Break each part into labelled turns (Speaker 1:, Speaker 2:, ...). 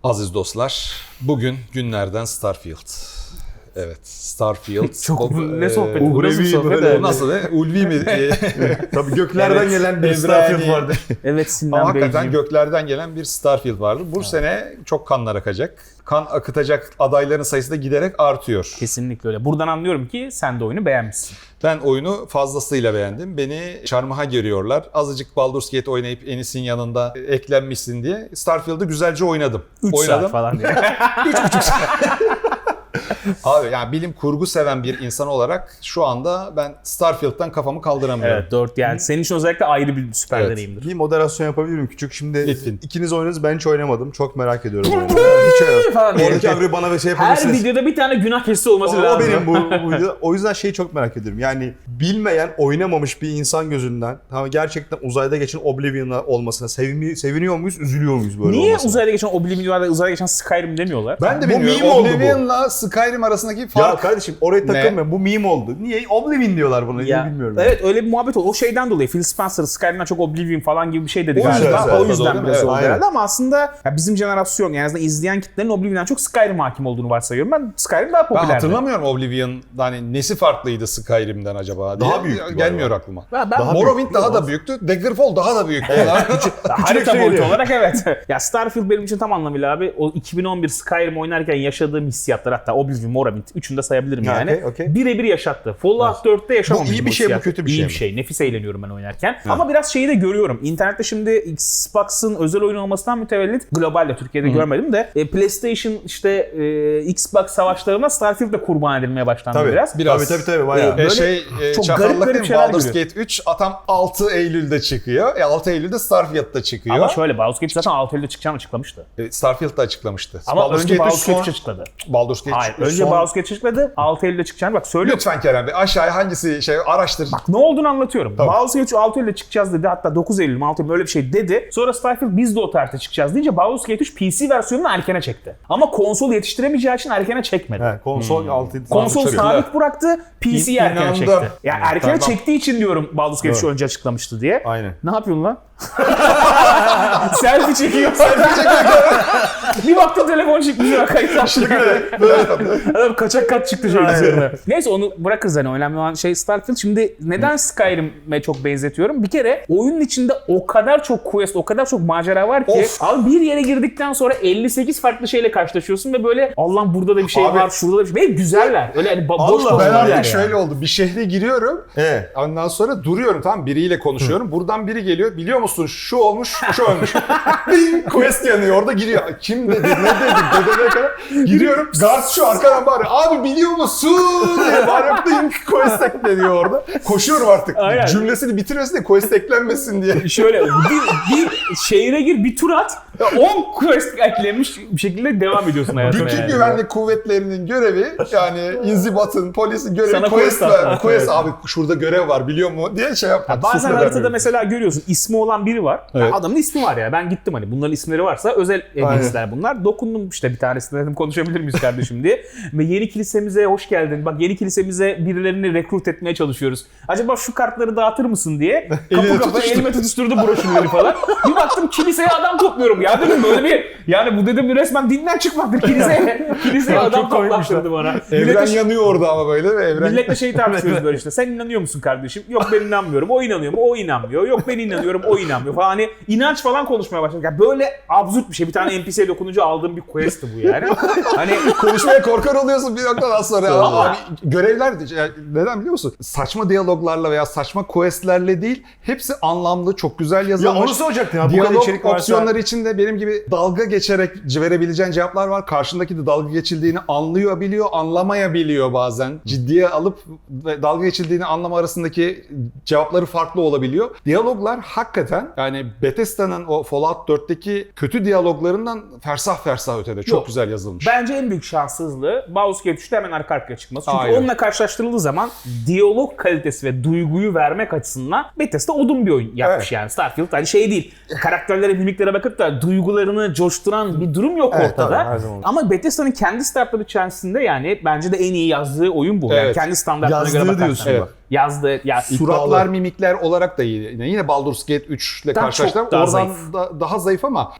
Speaker 1: Aziz dostlar, bugün günlerden Starfield. Evet, Starfield.
Speaker 2: Çok ne sohbet bu? Nasıl
Speaker 1: Uhrevi
Speaker 2: sohbet?
Speaker 1: böyle nasıl ne? Ulvi mi?
Speaker 3: Tabii göklerden
Speaker 1: Evet,
Speaker 3: gelen bir
Speaker 1: evrani.
Speaker 3: Starfield vardı.
Speaker 2: Evet
Speaker 1: Ama
Speaker 2: Sinan
Speaker 1: hakikaten
Speaker 2: Beyciğim.
Speaker 1: göklerden gelen bir Starfield vardı. Bu sene çok kanlar akacak. Kan akıtacak adayların sayısı da giderek artıyor.
Speaker 2: Kesinlikle öyle. Buradan anlıyorum ki sen de oyunu beğenmişsin.
Speaker 1: Ben oyunu fazlasıyla beğendim. Beni çarmıha geriyorlar. Azıcık Baldur's Gate oynayıp Enis'in yanında eklenmişsin diye Starfield'ı güzelce oynadım.
Speaker 2: 3 saat falan diye.
Speaker 1: Abi yani bilim kurgu seven bir insan olarak şu anda ben Starfield'dan kafamı kaldıramıyorum.
Speaker 2: Evet 4 yani. Senin için özellikle ayrı bir süper
Speaker 1: Evet.
Speaker 2: deneyimdir.
Speaker 3: Bir moderasyon yapabilirim küçük. Şimdi
Speaker 1: Lütfen.
Speaker 3: ikiniz oynadınız, ben hiç oynamadım. Çok merak ediyorum. Hiç oynamadım.
Speaker 2: Falan diye.
Speaker 3: Oradaki avri bana bir şey
Speaker 2: Her
Speaker 3: yapabilirsiniz.
Speaker 2: videoda bir tane günah kesisi olması
Speaker 3: O
Speaker 2: lazım.
Speaker 3: benim bu video. O yüzden şeyi çok merak ediyorum. Yani bilmeyen, oynamamış bir insan gözünden gerçekten uzayda geçen Oblivion'la olmasına seviniyor muyuz, üzülüyor muyuz böyle
Speaker 2: Niye
Speaker 3: olmasına?
Speaker 2: uzayda geçen Oblivion'da uzayda geçen Skyrim demiyorlar?
Speaker 1: Ben de
Speaker 3: Bu
Speaker 1: bilmiyorum.
Speaker 3: meme oldu bu.
Speaker 1: Oblivion'la Skyrim arasındaki
Speaker 3: Ya
Speaker 1: fark.
Speaker 3: kardeşim oraya takılmayın. Bu meme oldu. Niye? Oblivion diyorlar buna. Niye bilmiyorum.
Speaker 2: Evet öyle bir muhabbet oldu. O şeyden dolayı Phil Spencer Skyrim'den çok Oblivion falan gibi bir şey dedi
Speaker 1: O yüzden
Speaker 2: galiba.
Speaker 1: zaten
Speaker 2: O yüzden
Speaker 1: doğru,
Speaker 2: biraz
Speaker 1: evet,
Speaker 2: oldu
Speaker 3: aynen.
Speaker 2: herhalde ama aslında ya bizim jenerasyon yani en azından izleyen kitlerin Oblivion'dan çok Skyrim hakim olduğunu varsayıyorum. Ben Skyrim daha
Speaker 1: Ben
Speaker 2: popülerdi.
Speaker 1: hatırlamıyorum Oblivion'da hani nesi farklıydı Skyrim'den acaba diye.
Speaker 3: Daha büyüktü
Speaker 1: Gelmiyor
Speaker 3: galiba.
Speaker 1: aklıma.
Speaker 2: Ben
Speaker 3: Daha
Speaker 1: Morrowind
Speaker 3: büyük.
Speaker 1: daha da büyüktü. Daggerfall daha da büyüktü.
Speaker 2: harita
Speaker 3: şey
Speaker 2: boyutu
Speaker 3: geliyor.
Speaker 2: olarak evet. Ya Starfield benim için tam anlamıyla abi o 2011 Skyrim oynarken yaşadığım hissiyatlar hatta Oblivion, Morrowind üçünü de sayabilirim
Speaker 3: Ha,
Speaker 2: yani.
Speaker 3: okey.
Speaker 2: Birebir yaşattı. Fallout 4'te yaşamamışım
Speaker 3: Bu iyi bir
Speaker 2: o
Speaker 3: şey, bu
Speaker 2: hissiyatı.
Speaker 3: kötü bir
Speaker 2: İyi
Speaker 3: şey
Speaker 2: bir
Speaker 3: mi?
Speaker 2: şey. Nefis eğleniyorum ben oynarken. Ama biraz şeyi de görüyorum. İnternette şimdi Xbox'ın özel oyun olmasından mütevellit globalde Türkiye'de görmedim de PlayStation işte Xbox savaşlarına Starfield de kurban edilmeye başlandı
Speaker 3: Tabii.
Speaker 2: biraz.
Speaker 3: Tabii bayağı.
Speaker 2: Böyle
Speaker 1: çok
Speaker 2: çok
Speaker 1: çakallık
Speaker 2: garip
Speaker 1: değil mi?
Speaker 2: şeyler
Speaker 1: Baldur's
Speaker 2: görüyor.
Speaker 1: Gate 3 atam 6 Eylül'de çıkıyor. 6 Eylül'de Starfield'da çıkıyor.
Speaker 2: Ama şöyle Baldur's Gate zaten 6 Eylül'de çıkacağını açıklamıştı.
Speaker 1: Starfield'da açıklamıştı.
Speaker 2: Ama
Speaker 1: Baldur's
Speaker 2: önce
Speaker 1: Gate 3
Speaker 2: Baldur's Gate
Speaker 1: son-
Speaker 2: 3 açıkladı.
Speaker 1: Baldur's Gate
Speaker 2: Hayır,
Speaker 1: 3
Speaker 2: önce
Speaker 1: son-
Speaker 2: Baldur's Gate açıkladı. 6 Eylül'de çıkacağını bak söylüyorum.
Speaker 1: Lütfen Kerem Bey aşağıya hangisi araştır.
Speaker 2: Ne olduğunu anlatıyorum.
Speaker 1: Tamam.
Speaker 2: Baldur's Gate 3 6 Eylül'de çıkacağız dedi. Hatta 9 Eylül mü 6 Eylül öyle bir şey dedi. Sonra Starfield biz de o tarihte çıkacağız deyince Baldur's Gate 3 PC versiyonunu erkene çekti. Ama konsol yetiştiremeyeceği için erkene çekmedi.
Speaker 3: He, konsol 6
Speaker 2: Konsol sabit bıraktı, PC'yi erkene
Speaker 1: İnandım.
Speaker 2: çekti. Yani erkene
Speaker 1: Tamam.
Speaker 2: çektiği için diyorum Baldur's Gate 3 önce açıklamıştı diye.
Speaker 3: Aynen.
Speaker 2: Ne yapıyorsun lan? Selfie çekiyor. Bir baktım telefon çıkmış ya kayıt Adam kaçak kat çıktı şeyin üzerine. Neyse onu bırakırız hani önemli olan şey Starfield. Şimdi neden Skyrim'e çok benzetiyorum? Bir kere oyunun içinde o kadar çok quest, o kadar çok macera var ki
Speaker 1: Of.
Speaker 2: abi bir yere girdikten sonra 58 farklı şeyle karşılaşıyorsun ve böyle Allah'ım burada da bir şey
Speaker 1: Abi-
Speaker 2: var, şurada da bir şey. Ve güzeller. Öyle hani boş
Speaker 3: Allah,
Speaker 2: boş
Speaker 1: Ben
Speaker 3: Ben
Speaker 2: değiller
Speaker 1: artık
Speaker 2: yani.
Speaker 1: şöyle oldu. Bir şehre giriyorum. Ondan sonra duruyorum, tamam, biriyle konuşuyorum. Buradan biri geliyor. Biliyor musun şu olmuş, şu ölmüş. Ding, quest yanıyor. Orada giriyor. Kim dedi, ne dedi, dedene kadar. Giriyorum. Guard şu arkadan bağırıyor. Abi biliyor musun diye bağırıyor. Ding, quest ekleniyor orada. Koşuyorum artık.
Speaker 2: Aynen.
Speaker 1: Cümlesini bitirmesin de quest eklenmesin diye.
Speaker 2: Şöyle bir şehire gir, bir tur at. 10 quest eklenmiş bir şekilde devam ediyorsun hayatına.
Speaker 1: Bütün
Speaker 2: yani.
Speaker 1: güvenlik kuvvetlerinin görevi, yani inzibatın, polisin görevi
Speaker 2: Sana
Speaker 1: quest
Speaker 2: quest
Speaker 1: ver.
Speaker 2: atmak.
Speaker 1: Quest
Speaker 2: Evet.
Speaker 1: abi şurada görev var biliyor mu diye şey yapmak.
Speaker 2: Bazen
Speaker 1: Sus
Speaker 2: haritada
Speaker 1: ederim.
Speaker 2: mesela görüyorsun ismi olan biri var. Yani
Speaker 1: Evet.
Speaker 2: adamın ismi var ya. Ben gittim hani bunların isimleri varsa özel evidence'ler bunlar. Dokundum işte bir tanesine dedim konuşabilir miyiz kardeşim diye. Ve yeni kilisemize hoş geldin. Bak yeni kilisemize birilerini rekrut etmeye çalışıyoruz. Acaba şu kartları dağıtır mısın diye elime tutuşturdu broşürleri falan. Bir baktım kiliseye adam topluyorum ya dedim böyle bir yani bu dedim resmen dinden çıkmaktır kiliseye adam toplattırdı bana.
Speaker 1: Evren yanıyor orada ama böyle ve evren...
Speaker 2: Milletle şey tartışıyoruz böyle işte. Sen inanıyor musun kardeşim? Yok ben inanmıyorum. O inanıyor mu? O inanmıyor. Yok ben inanıyorum. O inanmıyor falan. Hani inanç falan konuşmaya başladık. Ya böyle absürt bir şey. Bir tane NPC'ye dokununca aldığım bir quest'ti bu yani. Hani
Speaker 1: Konuşmaya korkar oluyorsun bir noktadan sonra. Ya.
Speaker 2: Sonra.
Speaker 1: Abi, görevler yani neden biliyor musun? Saçma diyaloglarla veya saçma questlerle değil, hepsi anlamlı, çok güzel
Speaker 3: Ya
Speaker 1: yazılmış.
Speaker 3: onu soracaktım ya. Bu kadar
Speaker 1: Diyalog
Speaker 3: içerik varsa.
Speaker 1: opsiyonları içinde benim gibi dalga geçerek verebileceğin cevaplar var. Karşındaki de dalga geçildiğini anlayabiliyor, anlamayabiliyor bazen. Ciddiye alıp ve dalga geçildiğini anlama arasındaki cevapları farklı olabiliyor. Diyaloglar hakikaten yani Bethesda'nın o Fallout 4'teki kötü diyaloglarından fersah ötede. Çok
Speaker 2: Yok.
Speaker 1: güzel yazılmış.
Speaker 2: bence en büyük şanssızlığı Baldur's Gate 3'te hemen arka arkaya çıkması. Çünkü
Speaker 1: Aynen.
Speaker 2: onunla karşılaştırıldığı zaman diyalog kalitesi ve duyguyu vermek açısından Bethesda odun bir oyun yapmış
Speaker 1: Evet.
Speaker 2: yani. Starfield hani şey değil. Karakterlere, mimiklere bakıp da duygularını coşturan bir durum yok
Speaker 3: Evet,
Speaker 2: ortada.
Speaker 3: tabii, her zaman.
Speaker 2: Ama Bethesda'nın kendi startupları içerisinde yani bence de en iyi yazdığı oyun bu. Yani
Speaker 1: Evet.
Speaker 2: kendi standartlarına
Speaker 3: Yazdığı
Speaker 2: göre bakarsan.
Speaker 3: diyorsun
Speaker 1: Evet.
Speaker 3: bak.
Speaker 2: Yazdığı ya
Speaker 1: Suratlar, mimikler olarak da iyi. Yine Baldur's Gate 3 ile
Speaker 2: Daha
Speaker 1: karşılaştım.
Speaker 2: çok daha
Speaker 1: Oradan
Speaker 2: zayıf.
Speaker 1: daha zayıf ama bir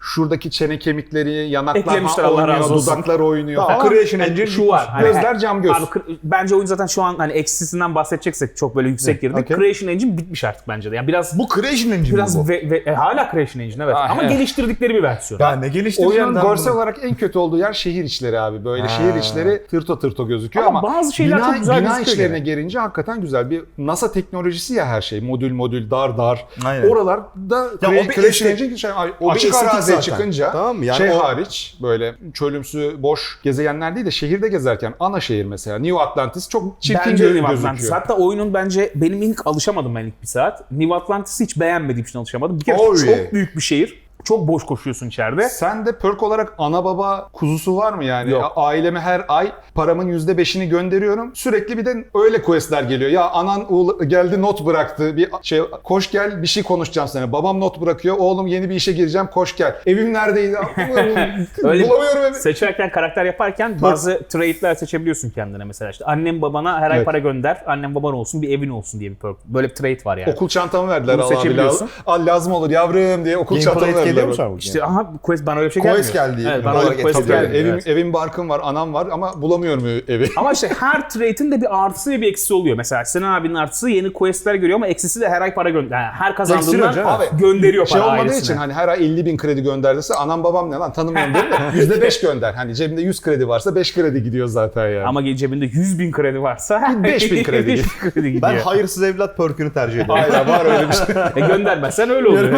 Speaker 1: şuradaki çene kemikleri, yanaklar
Speaker 2: Eklemişler, Allah
Speaker 1: oynuyor,
Speaker 2: razı olsun.
Speaker 1: dudaklar oynuyor
Speaker 3: Tamam,
Speaker 1: falan.
Speaker 3: Creation Engine
Speaker 2: Şu var. Hani
Speaker 1: Gözler cam göz.
Speaker 2: Abi, bence oyun zaten şu an hani eksisinden bahsedeceksek çok böyle yüksek girdik.
Speaker 3: okey.
Speaker 2: Creation Engine bitmiş artık bence de. Yani biraz
Speaker 3: Bu Creation Engine
Speaker 2: biraz
Speaker 3: bu.
Speaker 2: hala Creation Engine evet. Ama
Speaker 1: evet.
Speaker 2: geliştirdikleri bir versiyon.
Speaker 3: Ya ne geliştireceğim
Speaker 1: Oyunun
Speaker 3: ben
Speaker 1: görsel
Speaker 3: bunu?
Speaker 1: olarak en kötü olduğu yer şehir içleri abi. Böyle şehir içleri tırto gözüküyor
Speaker 2: Ama
Speaker 1: ama
Speaker 2: bazı şeyler çok güzel
Speaker 1: bina
Speaker 2: gözüküyor
Speaker 1: içlerine
Speaker 2: yani.
Speaker 1: gelince hakikaten güzel. Bir NASA teknolojisi ya her şey. Modül dar.
Speaker 3: Aynen.
Speaker 1: Oralarda
Speaker 3: Ya o bir
Speaker 1: Creation
Speaker 3: estetik-
Speaker 1: Engine
Speaker 3: o bir
Speaker 1: açık
Speaker 3: estetik
Speaker 1: araziye
Speaker 3: zaten.
Speaker 1: çıkınca
Speaker 3: Tamam mı? Yani o-
Speaker 1: hariç böyle çölümsü boş gezegenler değil de şehirde gezerken ana şehir mesela New Atlantis çok çirkin
Speaker 2: Bence New
Speaker 1: gözüküyor.
Speaker 2: Atlantis. Hatta oyunun bence benim ilk alışamadım ben ilk bir saat. New Atlantis'i hiç beğenmediğim için alışamadım. Bir kere
Speaker 3: Oh
Speaker 2: çok
Speaker 3: yeah.
Speaker 2: büyük bir şehir. Çok boş koşuyorsun içeride.
Speaker 1: Sen de perk olarak ana baba kuzusu var mı yani?
Speaker 2: Yok.
Speaker 1: Aileme her ay paramın %5'ini gönderiyorum. Sürekli bir de öyle questler geliyor. Ya anan geldi not bıraktı. Bir şey koş gel bir şey konuşacağım sana. Babam not bırakıyor. Oğlum yeni bir işe gireceğim koş gel. Evim neredeydi?
Speaker 2: Öyle
Speaker 1: Bulamıyorum evi.
Speaker 2: seçerken, karakter yaparken bazı trade'ler seçebiliyorsun kendine mesela. İşte annem babana her ay
Speaker 1: Evet.
Speaker 2: para gönder, annem baban olsun, bir evin olsun diye bir perk. Böyle bir trade var yani.
Speaker 1: Okul çantamı verdiler.
Speaker 2: Bunu
Speaker 1: Al abi
Speaker 2: seçebiliyorsun.
Speaker 1: al lazım olur yavrum diye okul
Speaker 3: Gameplay
Speaker 1: çantamı
Speaker 3: etki ediyor
Speaker 1: verdiler.
Speaker 3: mu sana bu?
Speaker 2: İşte aha quest bana öyle bir şey
Speaker 3: Quest
Speaker 2: gelmiyor.
Speaker 3: geldi.
Speaker 2: Evet, bana
Speaker 3: Olarak
Speaker 2: öyle quest
Speaker 3: etki ediyor.
Speaker 2: gelmiyor.
Speaker 1: Evim, evim barkım var, anam var ama bulamıyorum evi.
Speaker 2: Ama işte her trade'in de bir artısı ve bir eksisi oluyor. Mesela Sinan abinin artısı yeni questler görüyor ama eksisi de her ay para gönderiyor. Yani her kazandığından
Speaker 3: Ekstra canım.
Speaker 2: gönderiyor
Speaker 1: Şey
Speaker 2: para
Speaker 1: olmadığı
Speaker 2: ailesine.
Speaker 1: için hani her ay 50.000 kredi gönderdirse anam babam ne lan tanımıyorum değil mi? %5 gönder. Hani cebimde 100 kredi varsa 5 kredi gidiyor zaten yani.
Speaker 2: Ama cebinde 100.000 kredi varsa
Speaker 1: 5.000 kredi
Speaker 2: 5.000 kredi gidiyor.
Speaker 3: Ben hayırsız evlat perk'ünü tercih ediyorum.
Speaker 1: Aynen var öyle bir şey.
Speaker 2: Göndermezsen öyle oluyor.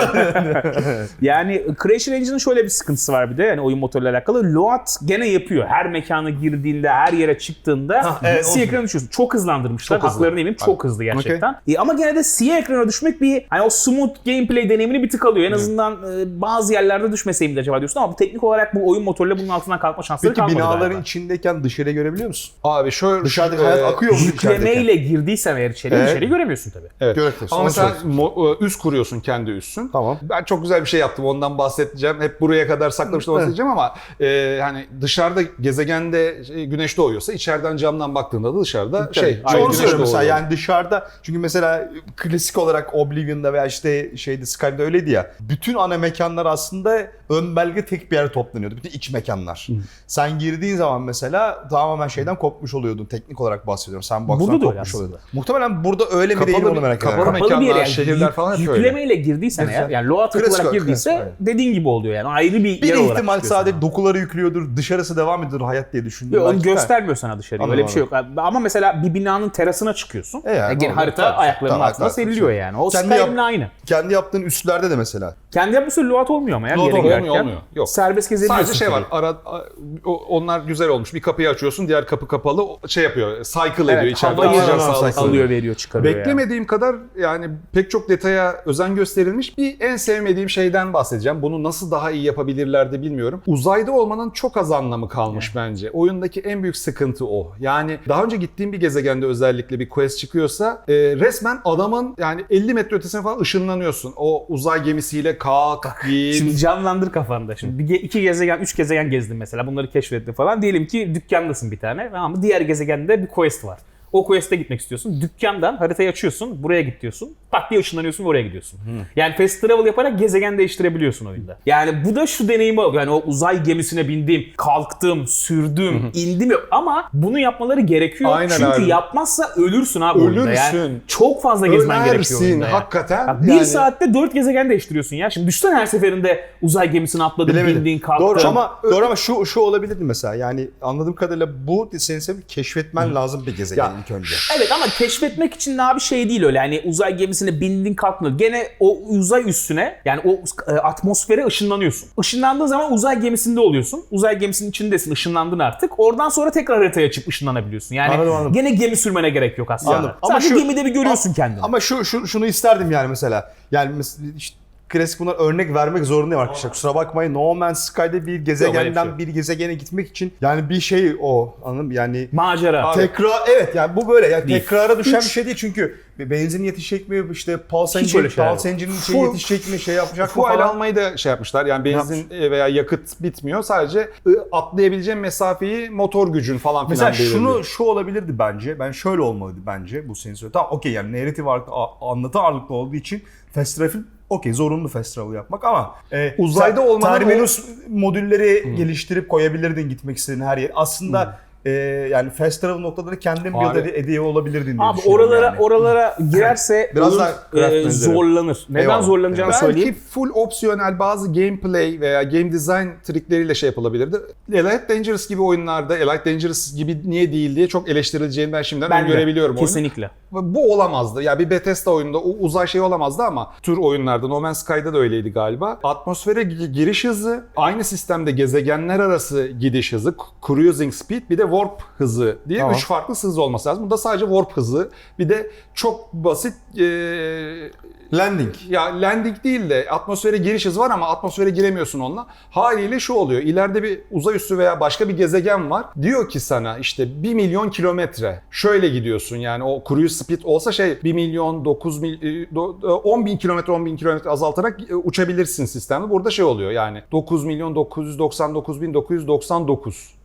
Speaker 2: Yani Creation Engine'ın şöyle bir sıkıntısı var bir de yani oyun motoruyla alakalı. Load gene yapıyor. Her mekana girdiğinde, her yere çıktığında
Speaker 3: evet,
Speaker 2: siyah ekrana düşüyorsun. Çok hızlandırmışlar.
Speaker 1: Çok hızlı.
Speaker 2: Haklarını yemeyeyim. Çok hızlı gerçekten. Ama gene de siyah ekrana düşmek bir hani o smooth gameplay deneyimini bir tık alıyor. En azından bazı yerlerde düşmeseyim de acaba diyorsun ama teknik olarak bu oyun motoruyla bunun altından kalkma şansları
Speaker 3: Peki
Speaker 2: kalmadı
Speaker 3: binaların
Speaker 2: galiba.
Speaker 3: içindeyken dışarı görebiliyor musun?
Speaker 1: Abi şöyle
Speaker 3: Dışarıdaki hayat akıyor mu içerideyken?
Speaker 2: Yüklemeyle girdiysen eğer içeri göremiyorsun tabii.
Speaker 1: Evet.
Speaker 3: Görüyorsun.
Speaker 1: Ama
Speaker 3: Onu
Speaker 1: mesela
Speaker 3: söylüyorsun.
Speaker 1: üst kuruyorsun kendi üssün.
Speaker 3: Tamam.
Speaker 1: Ben çok güzel bir şey yaptım ondan bahsedeceğim. Hep buraya kadar saklamıştım bahsedeceğim ama hani dışarıda gezegende güneş doğuyorsa içeriden camdan baktığında da dışarıda
Speaker 3: Doğru
Speaker 1: güneş
Speaker 3: söylüyorum mesela
Speaker 1: doğuyor.
Speaker 3: yani dışarıda çünkü mesela klasik olarak Oblivion'da veya işte Skyrim'de öyleydi ya. Bütün ana mekanlar aslında ön belge tek bir yere toplanıyordu. Bütün iç mekanlar. Sen girdiğin zaman mesela tamamen şeyden kopmuş oluyordun. Teknik olarak bahsediyorum. Sen box'tan
Speaker 2: Burada da öyle
Speaker 3: kopmuş
Speaker 2: aslında.
Speaker 3: oluyordun. Muhtemelen burada öyle mi değil mi onu merak ediyorum.
Speaker 1: kapalı
Speaker 2: Kapalı bir yer
Speaker 1: mekanlar,
Speaker 2: yani.
Speaker 1: şehirler falan hep öyle.
Speaker 2: Yüklemeyle girdiysen eğer yani load
Speaker 3: Klasik
Speaker 2: olarak
Speaker 3: olarak,
Speaker 2: girdiyse
Speaker 3: klasik,
Speaker 2: dediğin gibi oluyor yani. Ayrı bir
Speaker 3: Bir
Speaker 2: yer olarak
Speaker 3: ihtimal
Speaker 2: çıkıyorsun.
Speaker 3: sadece dokuları yüklüyordur, dışarısı devam ediyor hayat diye düşündüm.
Speaker 2: Yok, onu
Speaker 3: belki de.
Speaker 2: göstermiyor sana dışarıya. Öyle bir şey yok. Ama mesela bir binanın terasına çıkıyorsun.
Speaker 3: yani,
Speaker 2: Gene
Speaker 3: doğru.
Speaker 2: harita
Speaker 3: Tabii,
Speaker 2: ayaklarının
Speaker 3: tabii,
Speaker 2: altında
Speaker 3: tabii.
Speaker 2: seriliyor yani. O
Speaker 3: Kendi
Speaker 2: Skyrim'le aynı.
Speaker 3: Kendi yaptığın üstlerde de mesela.
Speaker 2: Kendi yapması load olmuyor ama ya.
Speaker 3: Load
Speaker 2: bir yere
Speaker 3: olmuyor,
Speaker 2: girerken.
Speaker 1: olmuyor. Yok.
Speaker 2: Serbest gezebiliyorsun.
Speaker 1: Sadece şey var. Onlar güzel olmuş. Bir kapıyı açıyorsun, diğer kapı kapalı. Şey yapıyor. Cycle ediyor
Speaker 2: Evet,
Speaker 1: içeride.
Speaker 2: havayı
Speaker 1: Oksijen sağlıklı.
Speaker 2: alıyor, veriyor, çıkarıyor.
Speaker 1: Beklemediğim kadar yani pek çok detaya özen gösterilmiş. Bir en sevmediğim şeyden bahsedeceğim. Bunu nasıl daha iyi yapabilirlerdi bilmiyorum. Uzayda olmanın çok az anlamı kalmış bence. Oyundaki en büyük sıkıntı o. Yani daha önce gittiğim bir gezegende özellikle bir quest çıkıyorsa resmen adamın yani 50 metre ötesine falan ışınlanıyorsun. O uzay gemisiyle kalk, git.
Speaker 2: Şimdi canlandır kafanda. Şimdi 2 gezegen, 3 gezegen gezdin mesela. Bunları keşfettin falan. Diyelim ki dükkandasın bir tane. Ama diğer gezegende bir quest var. O quest'e gitmek istiyorsun. Dükkandan haritayı açıyorsun. Buraya git diyorsun. Pat diye ışınlanıyorsun ve oraya gidiyorsun. Yani fast travel yaparak gezegen değiştirebiliyorsun oyunda. Yani bu da şu deneyimi oluyor. Yani o uzay gemisine bindim, kalktım, sürdüm, indim yok. Ama bunu yapmaları gerekiyor.
Speaker 1: Aynen
Speaker 2: Çünkü
Speaker 1: abi.
Speaker 2: yapmazsa ölürsün abi oyunda. Yani
Speaker 1: Ölürsün.
Speaker 2: çok fazla gezmen gerekiyor
Speaker 1: Ölersin
Speaker 2: oyunda. Yani.
Speaker 1: hakikaten.
Speaker 2: Ya bir saatte 4 gezegen değiştiriyorsun ya. Şimdi düşünsene her seferinde uzay gemisine atladın,
Speaker 3: Bilemedim.
Speaker 2: bindin, kalktın.
Speaker 3: Doğru ama şu olabilirdi mesela. Yani anladığım kadarıyla bu senin sebebi keşfetmen lazım bir gezegen ilk önce.
Speaker 2: Evet ama keşfetmek için daha bir şey değil öyle. Hani uzay gemisine bindin kalktın. Gene o uzay üstüne yani o atmosfere ışınlanıyorsun. Işınlandığın zaman uzay gemisinde oluyorsun. Uzay gemisinin içindesin, ışınlandın artık. Oradan sonra tekrar haritaya çıkıp ışınlanabiliyorsun. Yani
Speaker 3: Anladım.
Speaker 2: gene gemi sürmene gerek yok aslında.
Speaker 3: Anladım. Ama
Speaker 2: Sadece
Speaker 3: şu-
Speaker 2: gemide bir görüyorsun kendini.
Speaker 3: Ama şunu isterdim yani mesela. Yani işte klasik bunlar örnek vermek zorundayım arkadaşlar. Kusura bakmayın. No Man's Sky'da bir gezegenden
Speaker 2: Yok,
Speaker 3: bir gezegene gitmek için yani bir şey o anladın mı? Yani
Speaker 2: Macera.
Speaker 3: evet yani bu böyle yani
Speaker 2: Değil.
Speaker 3: tekrara düşen
Speaker 2: Hiç-
Speaker 3: bir şey değil çünkü benzin yetişecek mi işte Pulse
Speaker 2: Hiç öyle
Speaker 3: Engine,
Speaker 2: şeyler
Speaker 3: Pulse
Speaker 2: yok.
Speaker 3: Engine'in şey
Speaker 1: Full-
Speaker 3: yetişecek mi şey yapacak mı
Speaker 1: Fuel
Speaker 3: falan.
Speaker 1: almayı da şey yapmışlar. Yani benzin veya yakıt bitmiyor. Sadece atlayabileceğin mesafeyi motor gücün falan filan
Speaker 3: Mesela
Speaker 1: belirliyor.
Speaker 3: şu olabilirdi bence. Ben şöyle olmalıydı bence bu senin söylediğin. Tamam okey yani narrative anlatı ağırlıklı olduğu için fast travel okey zorunlu fast travel yapmak ama
Speaker 1: Uzayda
Speaker 3: sen
Speaker 1: olmanın
Speaker 3: terminus modülleri geliştirip koyabilirdin gitmek istediğin her yer. Aslında yani fast travel noktaları kendin
Speaker 1: Abi.
Speaker 3: build ediyor olabilirdin diye
Speaker 2: Abi
Speaker 3: düşünüyorum yani.
Speaker 2: oralara girerse
Speaker 3: Biraz
Speaker 2: oyun,
Speaker 3: daha craft benzeri.
Speaker 2: zorlanır. Neden
Speaker 3: Eyvallah.
Speaker 2: zorlanacağını
Speaker 1: Belki
Speaker 2: söyleyeyim.
Speaker 1: full opsiyonel bazı gameplay veya game design trikleriyle şey yapılabilirdi. Elite Dangerous gibi oyunlarda Elite Dangerous gibi niye değil diye çok eleştirileceğini ben şimdiden
Speaker 2: Ben de,
Speaker 1: görebiliyorum oyunu.
Speaker 2: kesinlikle.
Speaker 1: Bu olamazdı. Ya bir Bethesda oyununda o uzay şey olamazdı ama tür oyunlarda No Man's Sky'da da öyleydi galiba. Atmosfere giriş hızı, aynı sistemde gezegenler arası gidiş hızı, cruising speed bir de warp hızı diye
Speaker 3: Tamam.
Speaker 1: 3 farklı hız olması lazım. Bunda sadece warp hızı. Bir de çok basit
Speaker 3: Landing.
Speaker 1: ya landing değil de atmosfere giriş hızı var ama atmosfere giremiyorsun onunla. Haliyle şu oluyor. İleride bir uzay üssü veya başka bir gezegen var. Diyor ki sana işte 1 milyon kilometre. Şöyle gidiyorsun yani o cruise speed olsa 1 milyon 10 bin kilometre azaltarak uçabilirsin sistemde. Burada şey oluyor yani 9 milyon 999 bin 999.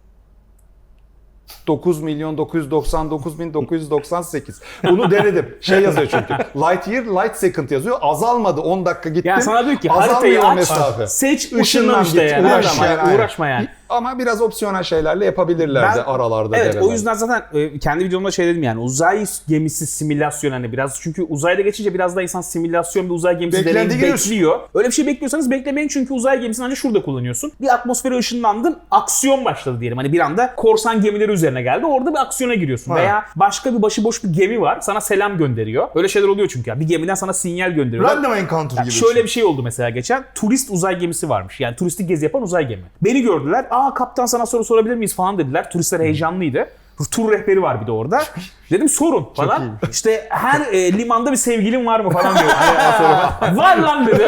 Speaker 1: 9 milyon 999 bin 998. Bunu denedim. Şey yazıyor çünkü. Light year, light second yazıyor. Azalmadı. 10 dakika gitti.
Speaker 2: Yani sana diyor ki
Speaker 1: Azalmıyor
Speaker 2: haritayı aç,
Speaker 1: mesafe.
Speaker 2: seç,
Speaker 1: Işınlan
Speaker 2: ışınlan işte
Speaker 1: git,
Speaker 2: yani.
Speaker 1: uğraş yani.
Speaker 2: Uğraşma yani.
Speaker 1: Ama biraz opsiyonel şeylerle yapabilirlerdi
Speaker 2: Ben-
Speaker 1: aralarda.
Speaker 2: Evet
Speaker 1: deneler.
Speaker 2: o yüzden zaten kendi videomda şey dedim yani uzay gemisi simülasyon hani biraz çünkü uzayda geçince biraz da insan simülasyon bir uzay gemisi
Speaker 3: Beklenti
Speaker 2: deneyimi
Speaker 3: giriyorsun.
Speaker 2: bekliyor. Öyle bir şey bekliyorsanız beklemeyin çünkü uzay gemisini ancak şurada kullanıyorsun. Bir atmosfere ışınlandın, aksiyon başladı diyelim. Hani bir anda korsan gemileri üzerine geldi. Orada bir aksiyona giriyorsun.
Speaker 3: Ha.
Speaker 2: Veya başka bir başıboş bir gemi var. Sana selam gönderiyor. Öyle şeyler oluyor çünkü ya. Bir gemiden sana sinyal gönderiyor.
Speaker 3: Random encounter gibi.
Speaker 2: Şöyle bir şey oldu mesela geçen. Turist uzay gemisi varmış. Yani turistik gezi yapan uzay gemi. Beni gördüler. Aa kaptan sana soru sorabilir miyiz falan dediler. Turistler heyecanlıydı. Tur rehberi var bir de orada. Dedim sorun falan. İşte her limanda bir sevgilin var mı falan diyor. Var lan dedi.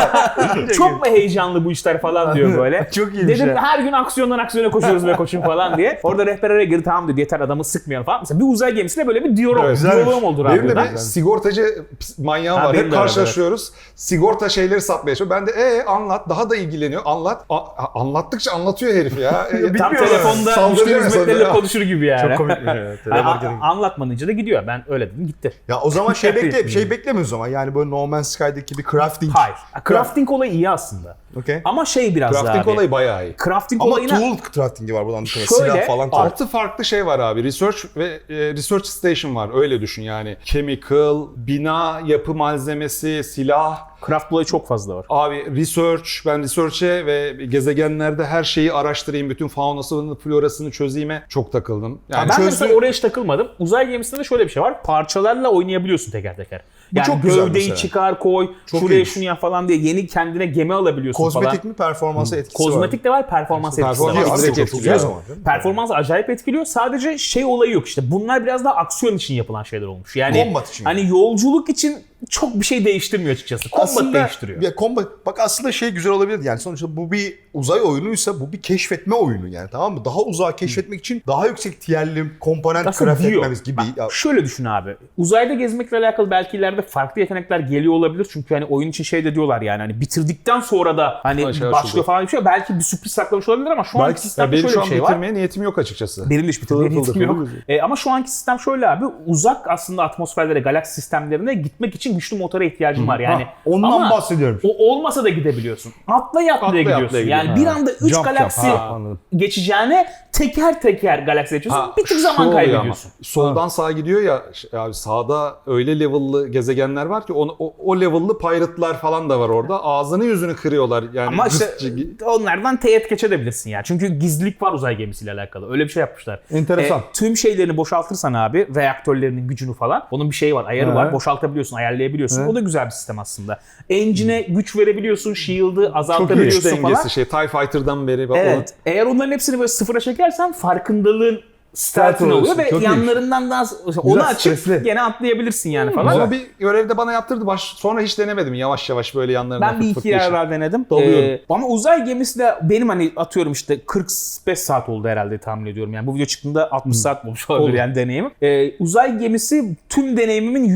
Speaker 2: Çok mu heyecanlı bu işler falan diyor böyle.
Speaker 3: Çok iyiymiş
Speaker 2: Dedim
Speaker 3: ya.
Speaker 2: her gün aksiyondan aksiyona koşuyoruz ve koşun falan diye. Orada rehber araya girdi tamam dedi yeter adamı sıkmayalım falan. Mesela bir uzay gemisiyle böyle bir diyalog,
Speaker 1: Evet,
Speaker 2: diyaloğum oldu
Speaker 1: Benim de
Speaker 2: radyoda.
Speaker 1: bir sigortacı manyağım
Speaker 2: Ha,
Speaker 1: var.
Speaker 2: benim
Speaker 1: Hep
Speaker 2: de öyle,
Speaker 1: karşılaşıyoruz. Sigorta şeyleri satmaya çalışıyor. Ben de anlat. Daha da ilgileniyor. Anlat. Anlattıkça anlatıyor herif ya.
Speaker 2: Tam
Speaker 1: Bilmiyorum.
Speaker 2: telefonda
Speaker 1: Saldırıyor
Speaker 2: müşteri
Speaker 1: mesela.
Speaker 2: hizmetleriyle konuşur gibi yani.
Speaker 3: Çok komik. Evet, telemarketing.
Speaker 2: Anlatmadınca da gidiyor. Ben öyle dedim gitti.
Speaker 3: Ya o zaman şey bekleme o zaman. Yani böyle No Man's Sky'daki bir crafting.
Speaker 2: Hayır. Crafting olayı iyi aslında.
Speaker 3: Okay.
Speaker 2: Ama şey biraz
Speaker 1: Crafting
Speaker 2: daha abi.
Speaker 1: olayı bayağı iyi.
Speaker 2: Crafting
Speaker 3: Ama
Speaker 2: olayına...
Speaker 3: tool crafting'i var buradan.
Speaker 2: Şöyle,
Speaker 3: Silah falan koy.
Speaker 1: 6 farklı şey var abi. Research ve research station var. Öyle düşün yani. Chemical, bina, yapı malzemesi, silah.
Speaker 2: Craft olayı çok fazla var.
Speaker 1: Abi ben research'e ve gezegenlerde her şeyi araştırayım. Bütün faunasını, florasını çözeyime çok takıldım. Yani
Speaker 2: Ben
Speaker 3: çözdü-
Speaker 2: mesela oraya hiç takılmadım. Uzay gemisinde de şöyle bir şey var. Parçalarla oynayabiliyorsun teker teker. Yani
Speaker 3: çok güzel
Speaker 2: gövdeyi
Speaker 3: mesela.
Speaker 2: çıkar koy,
Speaker 3: Çok
Speaker 2: şuraya
Speaker 3: iyiymiş.
Speaker 2: şunu yap falan diye yeni kendine gemi alabiliyorsun falan.
Speaker 3: Kozmetik mi performansa etkisi var?
Speaker 2: Kozmetik de var, performans etkisi de var.
Speaker 1: Performans
Speaker 3: Aslında
Speaker 1: direkt
Speaker 3: çok
Speaker 1: etkiliyor.
Speaker 3: güzel zaman. değil mi?
Speaker 2: Performans acayip etkiliyor. Sadece şey olayı yok işte. Bunlar biraz daha aksiyon için yapılan şeyler olmuş. Yani
Speaker 3: Combat için
Speaker 2: hani yolculuk için çok bir şey değiştirmiyor açıkçası. Combat değiştiriyor.
Speaker 3: Ya combat, bak aslında şey güzel olabilir yani sonuçta bu bir uzay oyunuysa bu bir keşfetme oyunu yani tamam mı? Daha uzağa keşfetmek için daha yüksek tierli komponent
Speaker 2: Aslında
Speaker 3: craft
Speaker 2: diyor.
Speaker 3: etmemiz gibi.
Speaker 2: Bak,
Speaker 3: Ya,
Speaker 2: şöyle düşün abi. Uzayda gezmekle alakalı belki ileride farklı yetenekler geliyor olabilir. Çünkü hani oyun için şey de diyorlar yani hani bitirdikten sonra da hani
Speaker 1: Aşağı
Speaker 2: başlıyor
Speaker 1: şurada.
Speaker 2: falan bir şey. Belki bir sürpriz saklamış olabilir ama şu anki
Speaker 1: belki
Speaker 2: sistemde
Speaker 1: benim
Speaker 2: şöyle
Speaker 1: şu
Speaker 2: bir
Speaker 1: an
Speaker 2: şey var.
Speaker 1: bitirmeye niyetim yok açıkçası.
Speaker 2: Benim de hiç bitirmeye
Speaker 1: Fıldır fıldır
Speaker 2: niyetim yok.
Speaker 1: fıldır.
Speaker 2: Ama şu anki sistem şöyle abi. Uzak aslında atmosferlere, galaksi sistemlerine gitmek için güçlü motora ihtiyacın var. Yani
Speaker 3: ondan
Speaker 2: ama
Speaker 3: bahsediyorum.
Speaker 2: o olmasa da gidebiliyorsun. Atlaya
Speaker 1: Atlaya
Speaker 2: gidiyorsun.
Speaker 1: gidiyor.
Speaker 2: Yani
Speaker 1: Ha.
Speaker 2: bir anda 3
Speaker 3: Jump,
Speaker 2: galaksi
Speaker 3: jump. Ha, anladım.
Speaker 2: geçeceğine teker teker galaksi geçiyorsun. Bir tık
Speaker 1: şu
Speaker 2: zaman
Speaker 1: oluyor
Speaker 2: kaybediyorsun.
Speaker 1: ama, soldan sağa gidiyor ya abi sağda öyle level'lı gezegenler var ki o level'lı pirate'lar falan da var orada. Ağzını yüzünü kırıyorlar yani.
Speaker 2: Ama işte
Speaker 1: gıst-
Speaker 2: onlardan teğet geçebilirsin ya. Çünkü gizlilik var uzay gemisiyle alakalı. Öyle bir şey yapmışlar.
Speaker 3: Enteresan.
Speaker 2: Tüm şeylerini boşaltırsan abi, reaktörlerinin gücünü falan. Onun bir şeyi var, ayarı var.
Speaker 3: Evet.
Speaker 2: Boşaltabiliyorsun, ayarlayabiliyorsun.
Speaker 3: Evet.
Speaker 2: O da güzel bir sistem aslında. Engine'e güç verebiliyorsun, shield'ı
Speaker 1: çok iyi
Speaker 2: azaltabiliyorsun
Speaker 1: dengesi
Speaker 2: falan.
Speaker 1: TIE Fighter'dan beri bak
Speaker 2: Evet. Eğer onların hepsini böyle sıfıra çekersen farkındalığın statün
Speaker 3: oluyorsun.
Speaker 2: oluyor ve
Speaker 3: Çok
Speaker 2: yanlarından daha onu açıp
Speaker 3: stresli.
Speaker 2: gene atlayabilirsin yani falan.
Speaker 1: Onu bir görevde bana yaptırdı. Sonra hiç denemedim. Yavaş yavaş böyle yanlarına
Speaker 2: Ben bir iki yer daha denedim.
Speaker 3: Dalıyorum.
Speaker 2: Ama uzay gemisi de benim hani atıyorum işte 45 saat oldu herhalde tahmin ediyorum. Yani bu video çıktığında 60 saat olmuş olabilir
Speaker 1: Olur.
Speaker 2: yani deneyimim. Uzay gemisi tüm deneyimimin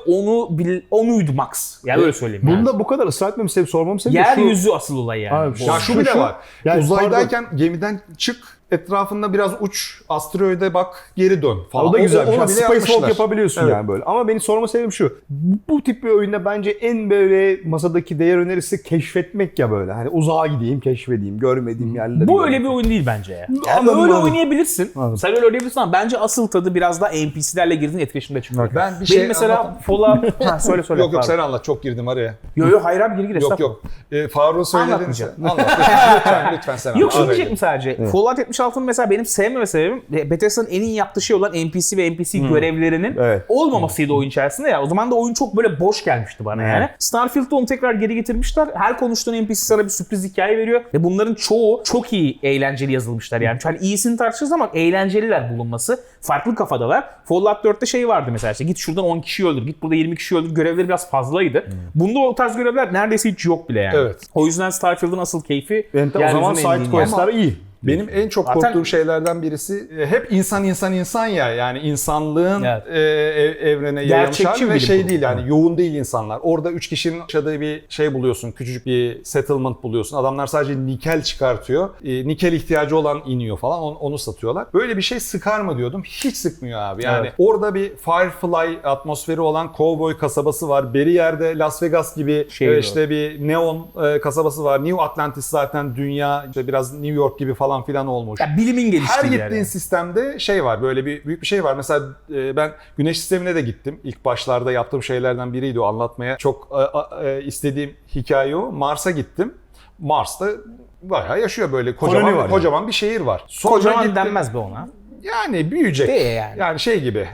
Speaker 2: %10'uydu max. Yani öyle söyleyeyim yani.
Speaker 3: Bunda bu kadar ısrar etmem sebebi sormam sebebi şu.
Speaker 2: Yeryüzü asıl olay yani.
Speaker 3: Abi,
Speaker 2: Bu.
Speaker 1: Ya şu bile var.
Speaker 3: Yani
Speaker 1: Uzaydayken gemiden çık etrafında biraz uç, asteroide bak, geri dön falan.
Speaker 3: O da güzel.
Speaker 1: Onu bile
Speaker 3: Space
Speaker 1: yapmışlar.
Speaker 3: Walk yapabiliyorsun
Speaker 1: Evet.
Speaker 3: yani böyle. Ama benim sorma sebebim şu. Bu tip bir oyunda bence en böyle masadaki değer önerisi keşfetmek ya böyle. Hani uzağa gideyim, keşfedeyim, görmediğim yerleri.
Speaker 2: Bu öyle bir oyun değil bence ya. Yani
Speaker 3: Anladım,
Speaker 2: öyle
Speaker 3: anladım.
Speaker 2: oynayabilirsin.
Speaker 3: Anladım.
Speaker 2: Sen öyle oynayabilirsin ama bence asıl tadı biraz daha NPC'lerle girdiğin etkileşimde çıkıyor.
Speaker 1: Ben bir
Speaker 2: Benim
Speaker 1: şey
Speaker 2: mesela
Speaker 1: anlatayım.
Speaker 2: Fallout... Ha, söyle.
Speaker 1: Yok yok
Speaker 2: pardon.
Speaker 1: sen anlat, çok girdim araya.
Speaker 2: Yo hayır abi gir
Speaker 1: Yok
Speaker 2: estağfurullah.
Speaker 1: yok. Faruk'un söylediğini
Speaker 2: Anlatmayacağım.
Speaker 1: anlat. Lütfen sen anlat.
Speaker 2: Yok şunu
Speaker 1: Araya
Speaker 2: diyecektim sadece. Fallout 76'ın mesela benim sevmeme sebebim Bethesda'nın en iyi yaptığı şey olan NPC ve NPC görevlerinin
Speaker 3: Evet.
Speaker 2: olmamasıydı oyun içerisinde ya. O zaman da oyun çok böyle boş gelmişti bana yani. Starfield'da onu tekrar geri getirmişler. Her konuştuğun NPC sana bir sürpriz hikaye veriyor ve bunların çoğu çok iyi eğlenceli yazılmışlar yani. Hani iyisini tartışırız ama eğlenceliler bulunması. Farklı kafadalar. Fallout 4'te şey vardı mesela işte git şuradan 10 kişi öldür, git burada 20 kişi öldür. Görevleri biraz fazlaydı. Bunda o tarz görevler neredeyse hiç yok bile yani.
Speaker 1: Evet.
Speaker 2: O yüzden Starfield'ın asıl keyfi
Speaker 3: Yani o zaman side quest'lar iyi.
Speaker 1: Benim en çok
Speaker 2: Zaten-
Speaker 1: korktuğum şeylerden birisi hep insan ya, yani insanlığın
Speaker 2: Evet.
Speaker 1: evrene yayılmış
Speaker 2: Gerçekçi
Speaker 1: hali
Speaker 2: bir
Speaker 1: ve
Speaker 2: bilim
Speaker 1: şey
Speaker 2: kurgu.
Speaker 1: değil yani yoğun değil insanlar. Orada 3 kişinin yaşadığı bir şey buluyorsun, küçücük bir settlement buluyorsun. Adamlar sadece nikel çıkartıyor. Nikel ihtiyacı olan iniyor falan, onu satıyorlar. Böyle bir şey sıkar mı diyordum. Hiç sıkmıyor abi. Yani
Speaker 2: Evet.
Speaker 1: orada bir Firefly atmosferi olan cowboy kasabası var. Beri yerde Las Vegas gibi
Speaker 2: Şey
Speaker 1: işte bir neon kasabası var. New Atlantis zaten dünya işte biraz New York gibi falan filan olmuş.
Speaker 2: Ya bilimin
Speaker 1: Her
Speaker 2: geliştiği
Speaker 1: gittiğin
Speaker 2: yani.
Speaker 1: sistemde şey var, böyle bir büyük bir şey var. Mesela ben Güneş sistemine de gittim. İlk başlarda yaptığım şeylerden biriydi o, anlatmaya çok istediğim hikaye o. Mars'a gittim. Mars'ta bayağı yaşıyor böyle
Speaker 3: Koloni var yani.
Speaker 1: kocaman bir şehir var. Sonra
Speaker 2: Kocaman
Speaker 1: gittim.
Speaker 2: denmez be ona.
Speaker 1: Yani büyüyecek.
Speaker 2: Değil yani.
Speaker 1: Yani şey gibi,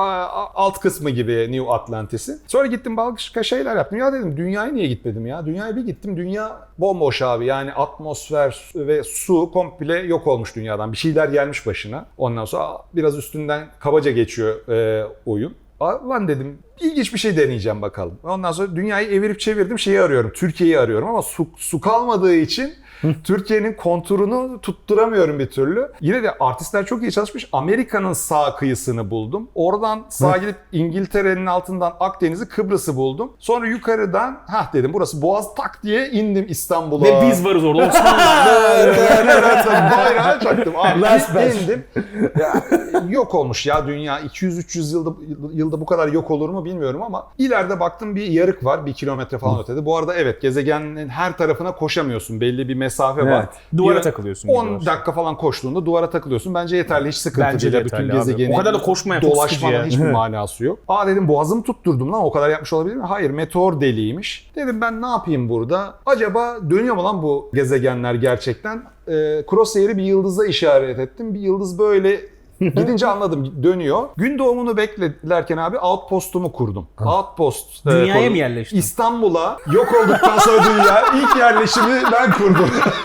Speaker 1: alt kısmı gibi New Atlantis'in. Sonra gittim başka şeyler yaptım. Ya dedim dünyaya niye gitmedim ya? Dünyaya bir gittim. Dünya bomboş abi. Yani atmosfer ve su komple yok olmuş dünyadan. Bir şeyler gelmiş başına. Ondan sonra biraz üstünden kabaca geçiyor oyun. Lan dedim ilginç bir şey deneyeceğim bakalım. Ondan sonra dünyayı evirip çevirdim, şeyi arıyorum. Türkiye'yi arıyorum ama su kalmadığı için Türkiye'nin konturunu tutturamıyorum bir türlü. Yine de artistler çok iyi çalışmış. Amerika'nın sağ kıyısını buldum. Oradan sağa gidip İngiltere'nin altından Akdeniz'i, Kıbrıs'ı buldum. Sonra yukarıdan dedim burası Boğaz, tak diye indim İstanbul'a.
Speaker 2: Ve biz varız orada. Osmanlılar.
Speaker 1: Evet, bayrağı çaktım. Abi
Speaker 3: Last best.
Speaker 1: indim. Ya, yok olmuş ya dünya. 200-300 yılda bu kadar yok olur mu bilmiyorum ama ileride baktım bir yarık var. 1 kilometre falan ötede. Bu arada evet, gezegenin her tarafına koşamıyorsun. Belli bir mesafe var.
Speaker 2: Duvara
Speaker 1: Bir
Speaker 2: takılıyorsun.
Speaker 1: 10 dakika falan koştuğunda duvara takılıyorsun. Bence yeterli. Hiç sıkıntı
Speaker 2: Bence
Speaker 1: değil.
Speaker 2: de
Speaker 1: Bütün
Speaker 2: yeterli abi.
Speaker 1: gezegeni
Speaker 2: O kadar da koşmaya çok sıkıcı
Speaker 1: dolaşmanın
Speaker 2: ya.
Speaker 1: hiçbir manası yok. Dedim boğazımı tutturdum lan, o kadar yapmış olabilir mi? Hayır, meteor deliğiymiş. Dedim ben ne yapayım burada? Acaba dönüyor mu lan bu gezegenler gerçekten? Crosshair'i bir yıldıza işaret ettim. Bir yıldız böyle gidince anladım, dönüyor. Gün doğumunu beklerken abi outpost'umu kurdum. Outpost.
Speaker 2: Dünyaya
Speaker 1: kurdum.
Speaker 2: mı yerleştin?
Speaker 1: İstanbul'a yok olduktan sonra dünya ilk yerleşimi ben kurdum.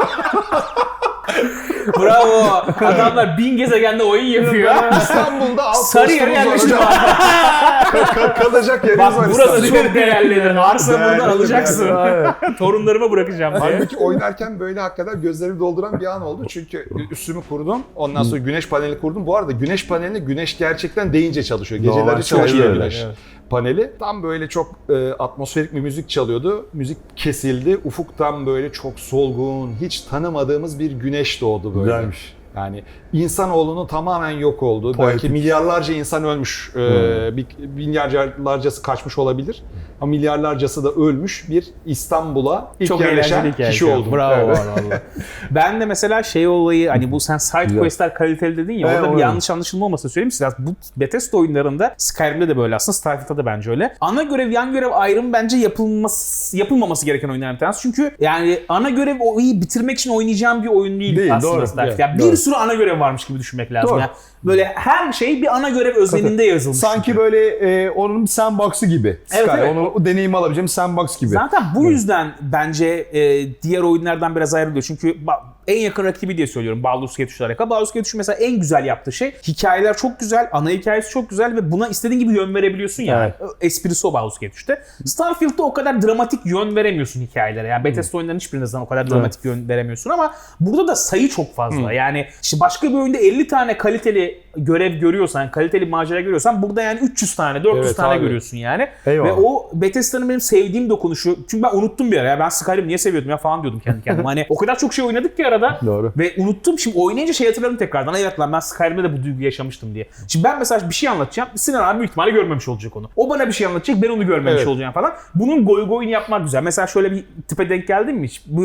Speaker 2: Bravo. Adamlar 1000 gezegende oyun yapıyor.
Speaker 1: İstanbul'da
Speaker 2: Sarıyer'e
Speaker 1: outpost'umuz
Speaker 2: yerleştim.
Speaker 1: var. Kalacak yerimiz var
Speaker 2: Bak burası
Speaker 1: İstanbul'da.
Speaker 2: çok değerli. Arsa
Speaker 1: Değerli,
Speaker 2: buradan alacaksın.
Speaker 3: değerli.
Speaker 2: Torunlarıma bırakacağım diye.
Speaker 1: Halbuki oynarken böyle hakikaten gözlerimi dolduran bir an oldu. Çünkü üstümü kurdum. Ondan sonra güneş paneli kurdum. Bu arada güneş paneli, güneş gerçekten deyince çalışıyor. Geceleri
Speaker 3: Normal
Speaker 1: çalışıyor
Speaker 3: öyle,
Speaker 1: güneş paneli. Tam böyle çok atmosferik bir müzik çalıyordu. Müzik kesildi. Ufuktan böyle çok solgun, hiç tanımadığımız bir güneş doğdu böyle.
Speaker 3: Güzelmiş.
Speaker 1: Yani insanoğlunun tamamen yok olduğu,
Speaker 3: Poetik.
Speaker 1: belki milyarlarca insan ölmüş, milyarlarcası kaçmış olabilir. Ama milyarlarcası da ölmüş bir İstanbul'a ilk
Speaker 2: Çok
Speaker 1: yerleşen
Speaker 2: eğlenceli hikaye.
Speaker 1: kişi oldum.
Speaker 2: Bravo
Speaker 1: Evet.
Speaker 2: vallahi. Ben de mesela şey olayı, hani bu sen side
Speaker 3: Güzel.
Speaker 2: quest'ler kaliteli dedin ya,
Speaker 3: Evet,
Speaker 2: orada bir
Speaker 3: öyle.
Speaker 2: yanlış anlaşılma olmasını söyleyeyim size. Bu Bethesda oyunlarında, Skyrim'de de böyle aslında, Starfield'da da bence öyle. Ana görev, yan görev ayrımı bence yapılmaması gereken oyunlardan bir tanesi. Çünkü yani ana görev o iyi bitirmek için oynayacağım bir oyun değil aslında
Speaker 3: doğru.
Speaker 2: Starfield.
Speaker 3: Evet,
Speaker 2: Yani bir
Speaker 3: doğru.
Speaker 2: sürü ana görev varmış gibi düşünmek lazım.
Speaker 3: Doğru.
Speaker 2: Yani böyle her şey bir ana görev özelinde yazılmış.
Speaker 3: Sanki böyle onun bir sandbox'ı gibi.
Speaker 2: Evet,
Speaker 3: Sky,
Speaker 2: evet.
Speaker 3: onu o deneyimi alabileceğim sandbox gibi.
Speaker 2: Zaten bu yüzden bence diğer oyunlardan biraz ayrılıyor. Çünkü en yakın rakibi diye söylüyorum Baldur's Gate 3 alakalı. Baldur's Gate 3 mesela en güzel yaptığı şey, hikayeler çok güzel, ana hikayesi çok güzel ve buna istediğin gibi yön verebiliyorsun ya.
Speaker 3: Evet.
Speaker 2: Esprisi o Baldur's Gate 3'te. Starfield'da o kadar dramatik yön veremiyorsun hikayelere. Yani Bethesda oyunlarının hiçbirinden o kadar dramatik yön veremiyorsun ama burada da sayı çok fazla. Yani işte başka bir oyunda 50 tane kaliteli görev görüyorsan, kaliteli bir macera görüyorsan burada yani 300 tane, 400
Speaker 1: Evet
Speaker 2: tane
Speaker 1: abi.
Speaker 2: görüyorsun yani.
Speaker 3: Eyvallah.
Speaker 2: Ve o Bethesda'nın benim sevdiğim dokunuşu. Çünkü ben unuttum bir ara ya. Ben Skyrim niye seviyordum ya falan diyordum kendi kendime. Hani o kadar çok şey oynadık ki arada.
Speaker 3: Doğru.
Speaker 2: Ve unuttum. Şimdi oynayınca şey hatırladım tekrardan. Evet lan ben Skyrim'de de bu duyguyu yaşamıştım diye. Şimdi ben mesela bir şey anlatacağım. Sinan abi büyük ihtimalle görmemiş olacak onu. O bana bir şey anlatacak. Ben onu görmemiş
Speaker 1: Evet.
Speaker 2: olacağım falan. Bunun goyunu yapmak güzel. Mesela şöyle bir tipe denk geldin mi hiç? Bu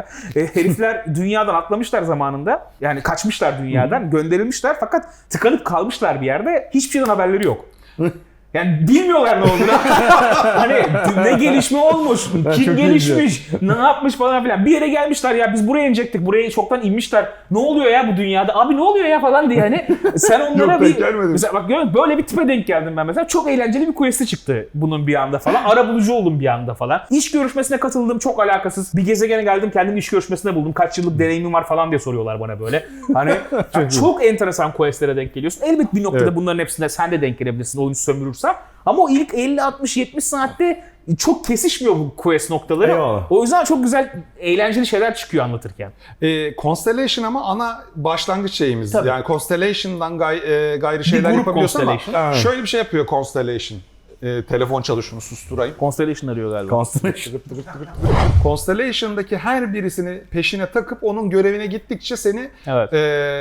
Speaker 2: herifler dünyadan atlamışlar zamanında. Yani kaçmışlar dünyadan. Gönderilmişler fakat tıkanıp kalmışlar bir yerde. Hiçbir şeyden haberleri yok. Yani bilmiyorlar ne olduğunu. Hani ne gelişme olmuş, kim
Speaker 3: çok
Speaker 2: gelişmiş, ne yapmış falan filan. Bir yere gelmişler ya biz buraya inecektik, buraya çoktan inmişler. Ne oluyor ya bu dünyada? Abi ne oluyor ya falan diye hani sen onlara
Speaker 1: Yok,
Speaker 2: bir...
Speaker 1: denk gelmedim.
Speaker 2: Mesela bak böyle bir tipe denk geldim ben mesela. Çok eğlenceli bir quest'i çıktı bunun bir anda falan. Arabulucu oldum bir anda falan. İş görüşmesine katıldım çok alakasız. Bir gezegene geldim kendimi iş görüşmesine buldum. Kaç yıllık deneyimim var falan diye soruyorlar bana böyle. Hani çok enteresan quest'lere denk geliyorsun. Elbet bir noktada
Speaker 1: Evet.
Speaker 2: bunların hepsine sen de denk gelebilirsin oyunu sömürürsen. Ama o ilk 50, 60, 70 saatte çok kesişmiyor bu quest noktaları.
Speaker 3: Eyvallah.
Speaker 2: O yüzden çok güzel, eğlenceli şeyler çıkıyor anlatırken.
Speaker 1: Constellation ama ana başlangıç şeyimiz.
Speaker 2: Tabii.
Speaker 1: Yani Constellation'dan gayrı şeyler
Speaker 2: grup
Speaker 1: yapabiliyorsun ama
Speaker 2: Constellation.
Speaker 1: şöyle bir şey yapıyor Constellation. Telefon çalışını susturayım.
Speaker 2: Constellation arıyor galiba.
Speaker 3: Constellation.
Speaker 1: Constellation'daki her birisini peşine takıp onun görevine gittikçe seni
Speaker 2: Evet.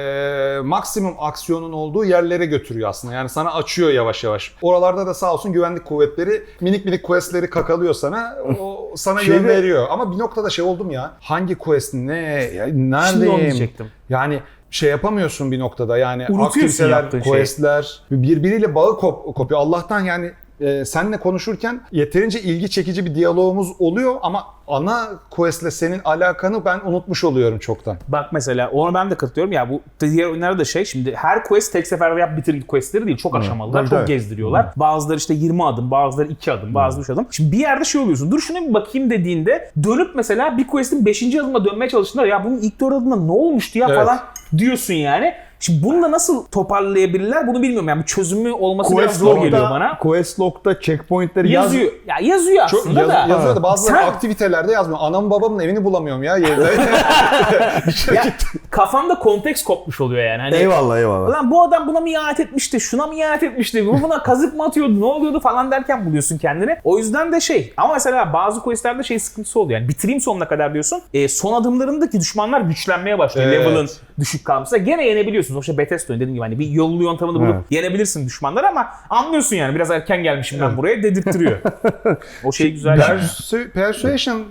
Speaker 1: maksimum aksiyonun olduğu yerlere götürüyor aslında. Yani sana açıyor yavaş yavaş. Oralarda da sağ olsun güvenlik kuvvetleri minik minik questleri kakalıyor sana. O sana yön veriyor. Ama bir noktada şey oldum ya. Hangi quest ne? Ya,
Speaker 2: Şimdi onu
Speaker 1: neredeyim?
Speaker 2: diyecektim.
Speaker 1: Yani şey yapamıyorsun bir noktada. Yani
Speaker 2: Unutuyorsun
Speaker 1: aktiviteler,
Speaker 2: yaptığın şeyi.
Speaker 1: questler birbiriyle bağı kopuyor. Allah'tan yani seninle konuşurken yeterince ilgi çekici bir diyalogumuz oluyor ama ana questle senin alakanı ben unutmuş oluyorum çoktan.
Speaker 2: Bak mesela ona ben de katılıyorum ya bu diğer oyunlarda da şey şimdi her quest tek seferde yap bitir questleri değil çok aşamalılar
Speaker 3: Tabii,
Speaker 2: çok
Speaker 3: tabii.
Speaker 2: gezdiriyorlar. Bazıları işte 20 adım bazıları 2 adım bazıları 3 adım. Şimdi bir yerde şey oluyorsun dur şuna bir bakayım dediğinde dönüp mesela bir questin 5. adımına dönmeye çalıştığında ya bunun ilk 4 adımda ne olmuştu ya
Speaker 1: Evet.
Speaker 2: falan diyorsun yani. Şimdi bunu da nasıl toparlayabilirler bunu bilmiyorum yani bir çözümü olması biraz zor geliyor bana.
Speaker 3: Quest log'da checkpointleri
Speaker 2: Yazıyor. Ya yazıyor
Speaker 1: Çok
Speaker 2: aslında da.
Speaker 1: yazıyor da bazı
Speaker 2: Sen-
Speaker 1: aktivitelerde yazmıyor. Anamın babamın evini bulamıyorum ya yerine.
Speaker 2: Ya, kafamda konteks kopmuş oluyor yani. Hani,
Speaker 3: Eyvallah.
Speaker 2: Ulan bu adam buna mı ihanet etmişti, şuna mı ihanet etmişti, bu buna kazık mı atıyordu, ne oluyordu falan derken buluyorsun kendini. O yüzden de şey ama mesela bazı questlerde şey sıkıntısı oluyor yani bitireyim sonuna kadar diyorsun. Son adımlarındaki düşmanlar güçlenmeye başlıyor.
Speaker 1: Evet.
Speaker 2: Level'ın düşük kalmışsa gene yenebiliyorsun. Sonuçta Bethesda dediğim gibi hani bir yolunu yöntemini bulup yenebilirsin düşmanları ama anlıyorsun yani biraz erken gelmişim ben buraya dedirttiriyor. O şey güzel.
Speaker 1: Persuasion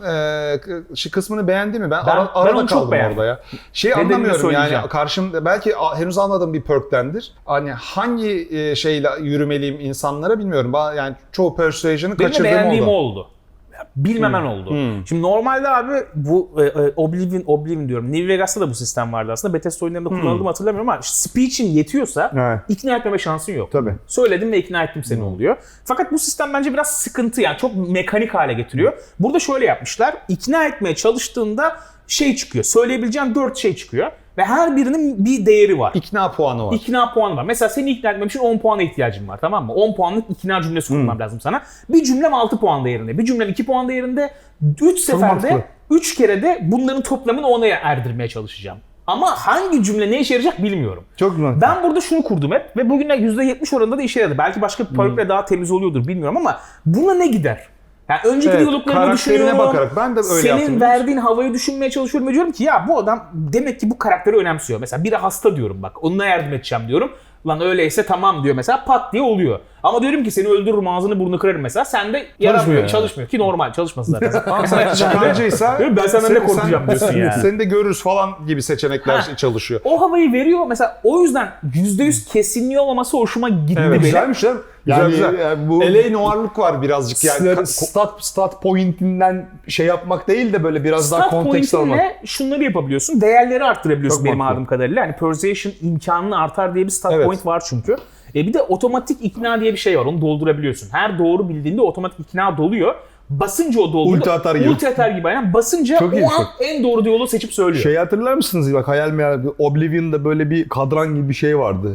Speaker 1: kısmını beğendi mi? Ben
Speaker 2: Ben
Speaker 1: arada
Speaker 2: onu çok
Speaker 1: kaldım
Speaker 2: beğendim.
Speaker 1: orada ya. Şey
Speaker 2: Nedenini
Speaker 1: anlamıyorum
Speaker 2: söyleyeceğim.
Speaker 1: yani karşımda belki henüz almadığım bir perk'tendir. Hani hangi şeyle yürümeliyim insanlara bilmiyorum. Yani çoğu Persuasion'ı
Speaker 2: Benim de
Speaker 1: kaçırdığım
Speaker 2: beğendiğim
Speaker 1: oldu.
Speaker 2: o oldu. Bilmemen oldu. Şimdi normalde abi bu Oblivion diyorum. New Vegas'ta da bu sistem vardı aslında. Bethesda oyunlarında kullanıldı mı hatırlamıyorum ama speech'in yetiyorsa
Speaker 3: Evet.
Speaker 2: ikna etmeme şansın yok.
Speaker 3: Tabii.
Speaker 2: Söyledim ve ikna ettim seni oluyor. Fakat bu sistem bence biraz sıkıntı yani çok mekanik hale getiriyor. Burada şöyle yapmışlar. İkna etmeye çalıştığında şey çıkıyor. Söyleyebileceğin 4 şey çıkıyor. Ve her birinin bir değeri var.
Speaker 1: İkna puanı var.
Speaker 2: İkna puanı var. Mesela seni ikna etmem için 10 puana ihtiyacım var tamam mı? 10 puanlık ikna cümlesi kurmam lazım sana. Bir cümlem 6 puan değerinde. Bir cümlem 2 puan değerinde. 3 seferde
Speaker 3: mantıklı.
Speaker 2: 3 kere de bunların toplamını 10'a erdirmeye çalışacağım. Ama hangi cümle ne işe yarayacak bilmiyorum.
Speaker 3: Çok güzel.
Speaker 2: Ben burada şunu kurdum hep ve bugünler %70 oranında da işe yaradı. Belki başka bir perkle daha temiz oluyordur bilmiyorum ama buna ne gider? Yani önceki
Speaker 1: Evet,
Speaker 2: diyaloglarımı
Speaker 1: karakterine
Speaker 2: düşünüyorum.
Speaker 1: bakarak ben de öyle yaptım.
Speaker 2: Senin verdiğin havayı düşünmeye çalışıyorum ve diyorum ki ya bu adam demek ki bu karakteri önemsiyor. Mesela biri hasta diyorum bak onunla yardım edeceğim diyorum. Lan öyleyse tamam diyor mesela pat diye oluyor. Ama diyorum ki seni öldürürüm ağzını burnunu kırarım mesela sen de yaramıyor çalışmıyor ki normal çalışmasın zaten.
Speaker 1: Ama sen çıkarcıysa
Speaker 2: Ben senden ne korkacağım diyorsun yani.
Speaker 1: Seni de görürüz falan gibi seçenekler çalışıyor.
Speaker 2: O havayı veriyor mesela o yüzden %100 kesinliği olmaması hoşuma gitti
Speaker 1: Evet,
Speaker 2: benim.
Speaker 3: Güzelmiş lan.
Speaker 1: Güzel.
Speaker 3: Bu
Speaker 1: L.A. noir'lık var birazcık yani.
Speaker 3: stat pointinden şey yapmak değil de böyle biraz daha
Speaker 2: Stat
Speaker 3: kontekst almak.
Speaker 2: pointinle şunları yapabiliyorsun. Değerleri arttırabiliyorsun
Speaker 3: Çok
Speaker 2: benim
Speaker 3: mantıklı.
Speaker 2: anladığım kadarıyla. Hani persuasion imkanını artar diye bir stat
Speaker 1: Evet.
Speaker 2: point var çünkü. Bir de otomatik ikna diye bir şey var. Onu doldurabiliyorsun. Her doğru bildiğinde otomatik ikna doluyor. Basınca o dolduğunda
Speaker 3: Ulti atar gibi.
Speaker 2: Ulti atar gibi aynen. Basınca
Speaker 3: Çok
Speaker 2: o
Speaker 3: iyi
Speaker 2: an
Speaker 3: şey.
Speaker 2: en doğru diyaloğu seçip söylüyor.
Speaker 3: Şey hatırlar mısınız? Bak hayal meyal Oblivion'da böyle bir kadran gibi bir şey vardı.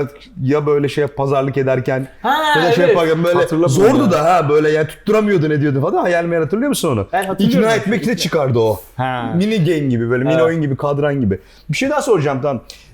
Speaker 3: Ya böyle şey pazarlık ederken
Speaker 2: Ha,
Speaker 3: ya da şey
Speaker 2: evet.
Speaker 3: yaparken böyle
Speaker 1: Hatırlamıyorum
Speaker 3: zordu
Speaker 1: ya.
Speaker 3: da ha böyle yani tutturamıyordu ne diyordu falan. Hayal meyal hatırlıyor musun onu?
Speaker 2: Ben hatırlıyorum.
Speaker 3: İkna etmek için çıkardı o.
Speaker 1: Ha.
Speaker 3: Mini game gibi böyle mini
Speaker 2: Evet.
Speaker 3: oyun gibi kadran gibi. Bir şey daha soracağım tamam.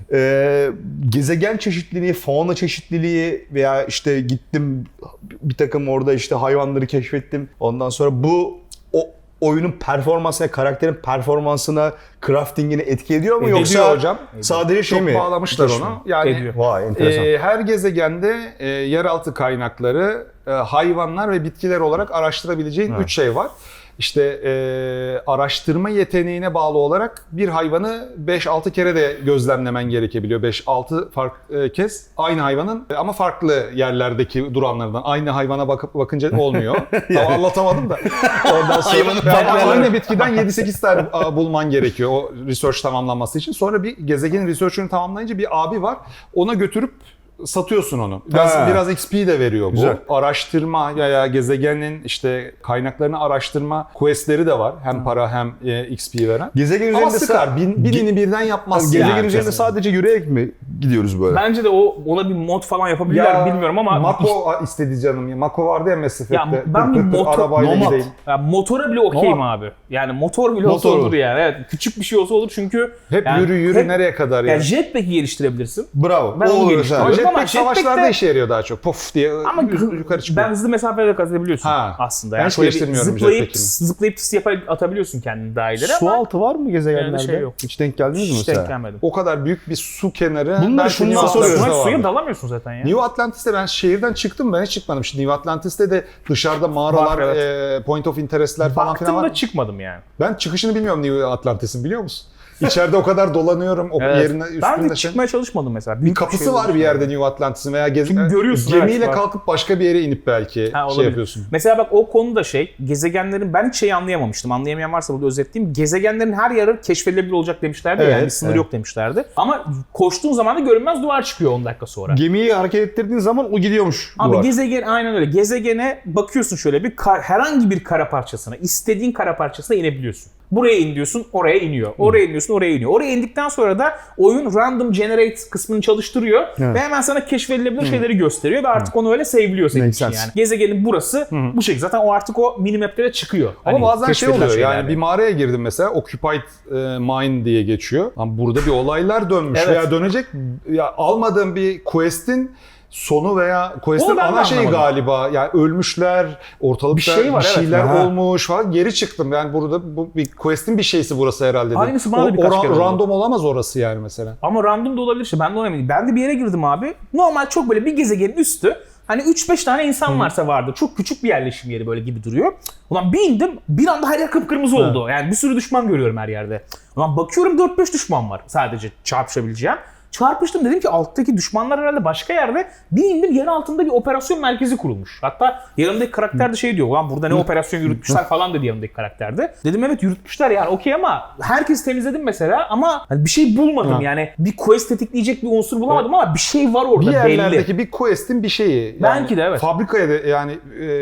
Speaker 3: gezegen çeşitliliği, fauna çeşitliliği veya işte gittim bir takım orada işte hayvanları keşfettim. Ondan sonra bu oyunun performansına, karakterin performansına, crafting'ine etki ediyor mu? Yoksa
Speaker 1: Ediyor hocam.
Speaker 3: sadece şey
Speaker 1: Çok
Speaker 3: mi?
Speaker 1: bağlamışlar
Speaker 3: Dış mı?
Speaker 1: onu. Yani
Speaker 2: Ediyor.
Speaker 3: Vay enteresan.
Speaker 1: her gezegende yeraltı kaynakları, hayvanlar ve bitkiler olarak araştırabileceğin 3 şey var. İşte araştırma yeteneğine bağlı olarak bir hayvanı 5-6 kere de gözlemlemen gerekebiliyor. 5-6 farklı kez aynı hayvanın ama farklı yerlerdeki duranlardan. Aynı hayvana bakınca olmuyor. Tam anlatamadım da. Ondan sonra aynı bitkiden 7-8 tane bulman gerekiyor o research tamamlanması için. Sonra bir gezegenin research'ını tamamlayınca bir abi var. Ona götürüp satıyorsun onu. Biraz XP de veriyor bu.
Speaker 3: Güzel.
Speaker 1: Araştırma ya gezegenin işte kaynaklarını araştırma questleri de var. Hem para hem XP veren.
Speaker 3: Gezegen
Speaker 1: Ama
Speaker 3: üzerinde
Speaker 1: sıkar. Birini birden yapmaz.
Speaker 3: gezegen üzerinde sadece yürüyerek mi gidiyoruz böyle?
Speaker 2: Bence de ona bir mod falan yapabilirler bilmiyorum ama
Speaker 1: Mako istedi canım ya. Mako vardı ya Mass Effect'te.
Speaker 2: Ya ben bir motor-
Speaker 1: arabayla
Speaker 3: Nomad.
Speaker 1: gideyim.
Speaker 2: ya motora bile okeyim abi. Yani motor bile olsa
Speaker 3: Motor
Speaker 2: olur yani. Evet, küçük bir şey olsa olur çünkü
Speaker 1: Hep
Speaker 2: yani
Speaker 1: yürü
Speaker 2: hep-
Speaker 1: nereye kadar
Speaker 2: yani
Speaker 1: yani.
Speaker 2: jetpack'i geliştirebilirsin.
Speaker 3: Bravo.
Speaker 2: Ben
Speaker 3: O
Speaker 2: onu
Speaker 3: olur
Speaker 2: geliştirdim.
Speaker 3: mesela.
Speaker 2: Ama
Speaker 1: Jetpack savaşlarda
Speaker 2: jetpack'te-
Speaker 1: işe yarıyor daha çok. Pof diye
Speaker 2: Ama
Speaker 1: yukarı çıkıyor.
Speaker 2: ben hızlı mesafelerde de kat edebiliyorsun
Speaker 1: Ha.
Speaker 2: aslında.
Speaker 1: Ben
Speaker 2: Yani
Speaker 1: hiç
Speaker 2: şöyle bir
Speaker 1: geliştirmiyorum
Speaker 2: zıplayıp
Speaker 1: jetpack'imi.
Speaker 2: zıplayıp atabiliyorsun kendini daha ileri
Speaker 3: Su
Speaker 2: ama
Speaker 3: altı var mı gezegenlerde?
Speaker 2: Yani şey yok.
Speaker 3: Hiç denk geldiniz mi
Speaker 2: hiç
Speaker 3: mesela?
Speaker 2: denk gelmedim.
Speaker 1: O kadar büyük bir su kenarı.
Speaker 3: Bunları
Speaker 1: belki
Speaker 3: şundan
Speaker 1: New
Speaker 3: soruyorum.
Speaker 1: Atlantis'te
Speaker 2: Suya
Speaker 1: vardır.
Speaker 2: dalamıyorsun zaten ya.
Speaker 1: New Atlantis'te ben şehirden çıktım, ben hiç çıkmadım. Şimdi New Atlantis'te de dışarıda mağaralar,
Speaker 2: Var,
Speaker 1: point of interest'ler falan filan
Speaker 2: Baktım
Speaker 1: var.
Speaker 2: da çıkmadım yani.
Speaker 1: Ben çıkışını bilmiyorum New Atlantis'in, biliyor musun? İçeride o kadar dolanıyorum, o
Speaker 2: Evet.
Speaker 1: yerine
Speaker 2: Ben
Speaker 1: üstünde
Speaker 2: de çıkmaya çalışmadım mesela.
Speaker 1: Bir kapısı var bir yerde New Atlantis'in veya
Speaker 2: Çünkü görüyorsun,
Speaker 1: gemiyle
Speaker 2: evet, var.
Speaker 1: kalkıp başka bir yere inip belki
Speaker 2: Ha,
Speaker 1: şey
Speaker 2: olabilir.
Speaker 1: yapıyorsun.
Speaker 2: Mesela bak o konuda gezegenlerin ben hiç şeyi anlayamamıştım. Anlayamayan varsa burada özetleyeyim. Gezegenlerin her yeri keşfedilebilir olacak demişlerdi
Speaker 3: Evet,
Speaker 2: yani bir sınır
Speaker 3: evet.
Speaker 2: yok demişlerdi. Ama koştuğun zaman da görünmez duvar çıkıyor 10 dakika sonra.
Speaker 3: Gemiyi hareket ettirdiğin zaman o gidiyormuş.
Speaker 2: Abi
Speaker 3: duvar.
Speaker 2: gezegen aynen öyle. Gezegene bakıyorsun şöyle herhangi bir kara parçasına, istediğin kara parçasına inebiliyorsun. Buraya in diyorsun, oraya iniyor. Oraya iniyorsun, oraya iniyor. Oraya indikten sonra da oyun random generate kısmını çalıştırıyor ve hemen sana keşfedilebilir şeyleri gösteriyor ve artık onu öyle save'liyor senin
Speaker 3: Makes
Speaker 2: için
Speaker 3: sense.
Speaker 2: yani. Gezegenin burası bu şekilde. Zaten o artık o minimap'te de çıkıyor.
Speaker 1: Ama
Speaker 2: Hani
Speaker 1: bazen şey
Speaker 2: keşfedilen
Speaker 1: oluyor yani
Speaker 2: şeylerde.
Speaker 1: bir mağaraya girdim mesela, Occupied Mine diye geçiyor. Ama burada bir olaylar dönmüş
Speaker 2: Evet.
Speaker 1: veya dönecek, ya almadığım bir quest'in sonu veya quest'in
Speaker 2: Onu ben de
Speaker 1: ana şeyi
Speaker 2: anlamadım.
Speaker 1: galiba yani ölmüşler, ortalıkta
Speaker 2: Bir şey var, evet.
Speaker 1: şeyler
Speaker 3: Ha.
Speaker 1: olmuş falan, geri çıktım. Yani burada bu bir quest'in bir şeysi burası herhalde dedim.
Speaker 2: Aynısı bana da birkaç kere oldu.
Speaker 1: random olamaz orası yani mesela.
Speaker 2: Ama random da olabilir işte. Ben de ona eminim. Ben de bir yere girdim abi. Normal çok böyle bir gezegenin üstü. Hani 3-5 tane insan varsa vardı. Çok küçük bir yerleşim yeri böyle gibi duruyor. Ulan bir indim. Bir anda her yer kıpkırmızı oldu. Yani bir sürü düşman görüyorum her yerde. Ulan bakıyorum 4-5 düşman var sadece çarpışabileceğim. Çarpıştım, dedim ki alttaki düşmanlar herhalde başka yerde. Bir indim, yer altında bir operasyon merkezi kurulmuş. Hatta yanımdaki karakter de şey diyor. Ulan burada ne operasyon yürütmüşler falan dedi yanımdaki karakterde. Dedim evet yürütmüşler yani okey ama herkes temizledim mesela ama hani bir şey bulmadım yani. Bir quest tetikleyecek bir unsur bulamadım ama bir şey var orada
Speaker 1: Bir
Speaker 2: belli.
Speaker 1: yerlerdeki bir quest'in bir şeyi. Yani
Speaker 2: Belki de evet.
Speaker 1: Fabrikaya da yani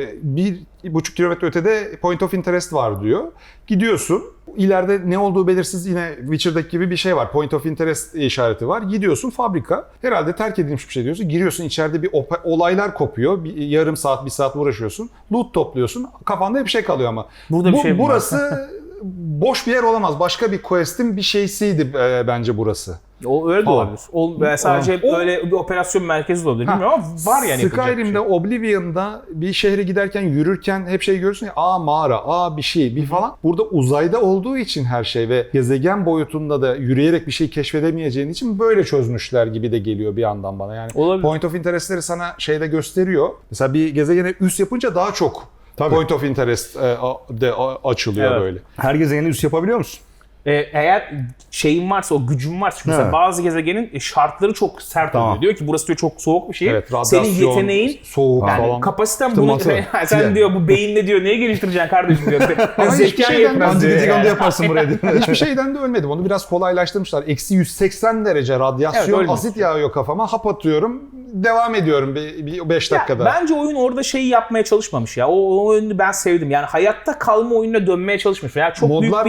Speaker 1: 1,5 kilometre ötede point of interest var diyor. Gidiyorsun. İleride ne olduğu belirsiz, yine Witcher'daki gibi bir şey var. Point of interest işareti var. Gidiyorsun fabrika. Herhalde terk edilmiş bir şey diyorsun. Giriyorsun, içeride bir olaylar kopuyor. Bir yarım saat, bir saat uğraşıyorsun. Loot topluyorsun. Kafanda bir şey kalıyor ama.
Speaker 2: Burada bir şey mi var?
Speaker 1: burası boş bir yer olamaz. Başka bir quest'in bir şeysiydi bence burası.
Speaker 2: O öyle de
Speaker 1: Ha.
Speaker 2: olabilir. Sadece öyle bir operasyon merkezi de olabilir. Bilmiyorum ama var yani yapacak bir
Speaker 1: Skyrim'de,
Speaker 2: şey.
Speaker 1: Oblivion'da bir şehre giderken, yürürken hep şey görürsün ya, mağara, bir şey, bir falan. Burada uzayda olduğu için her şey ve gezegen boyutunda da yürüyerek bir şey keşfedemeyeceğin için böyle çözmüşler gibi de geliyor bir yandan bana. Yani
Speaker 2: Olabilir.
Speaker 1: point of interest'leri sana şeyde gösteriyor. Mesela bir gezegene üs yapınca daha çok
Speaker 3: Tabii.
Speaker 1: point of interest de açılıyor
Speaker 2: Evet.
Speaker 1: böyle.
Speaker 3: Her gezegeni üst yapabiliyor musun?
Speaker 2: Eğer şeyin varsa, o gücün varsa, çünkü mesela
Speaker 3: Evet.
Speaker 2: bazı gezegenin şartları çok sert
Speaker 3: Tamam.
Speaker 2: oluyor. Diyor ki burası diyor çok soğuk bir şehir.
Speaker 1: Evet,
Speaker 2: Senin
Speaker 1: radyasyon,
Speaker 2: yeteneğin
Speaker 1: soğuk
Speaker 2: yani
Speaker 1: falan.
Speaker 2: kapasiten
Speaker 3: İşte
Speaker 2: bunu
Speaker 3: mantığı.
Speaker 2: sen
Speaker 3: Yani.
Speaker 2: diyor bu beyinle diyor neye geliştireceksin kardeşim diyor.
Speaker 1: Ama hiçbir
Speaker 2: Zekan
Speaker 1: şeyden
Speaker 2: yetmez diyor.
Speaker 3: Antibiyotik
Speaker 2: yani.
Speaker 3: yaparsın buraya diye.
Speaker 1: Hiçbir şeyden de ölmedim. Onu biraz kolaylaştırmışlar. Eksi 180 derece radyasyon,
Speaker 2: Evet, öyle.
Speaker 1: asit yağıyor kafama. Hap atıyorum. Devam ediyorum bir 5
Speaker 2: Ya,
Speaker 1: dakikada.
Speaker 2: bence oyun orada şeyi yapmaya çalışmamış ya. O oyunu ben sevdim. Yani hayatta kalma oyununa dönmeye çalışmış. Veya çok
Speaker 1: Modlar
Speaker 2: büyük bir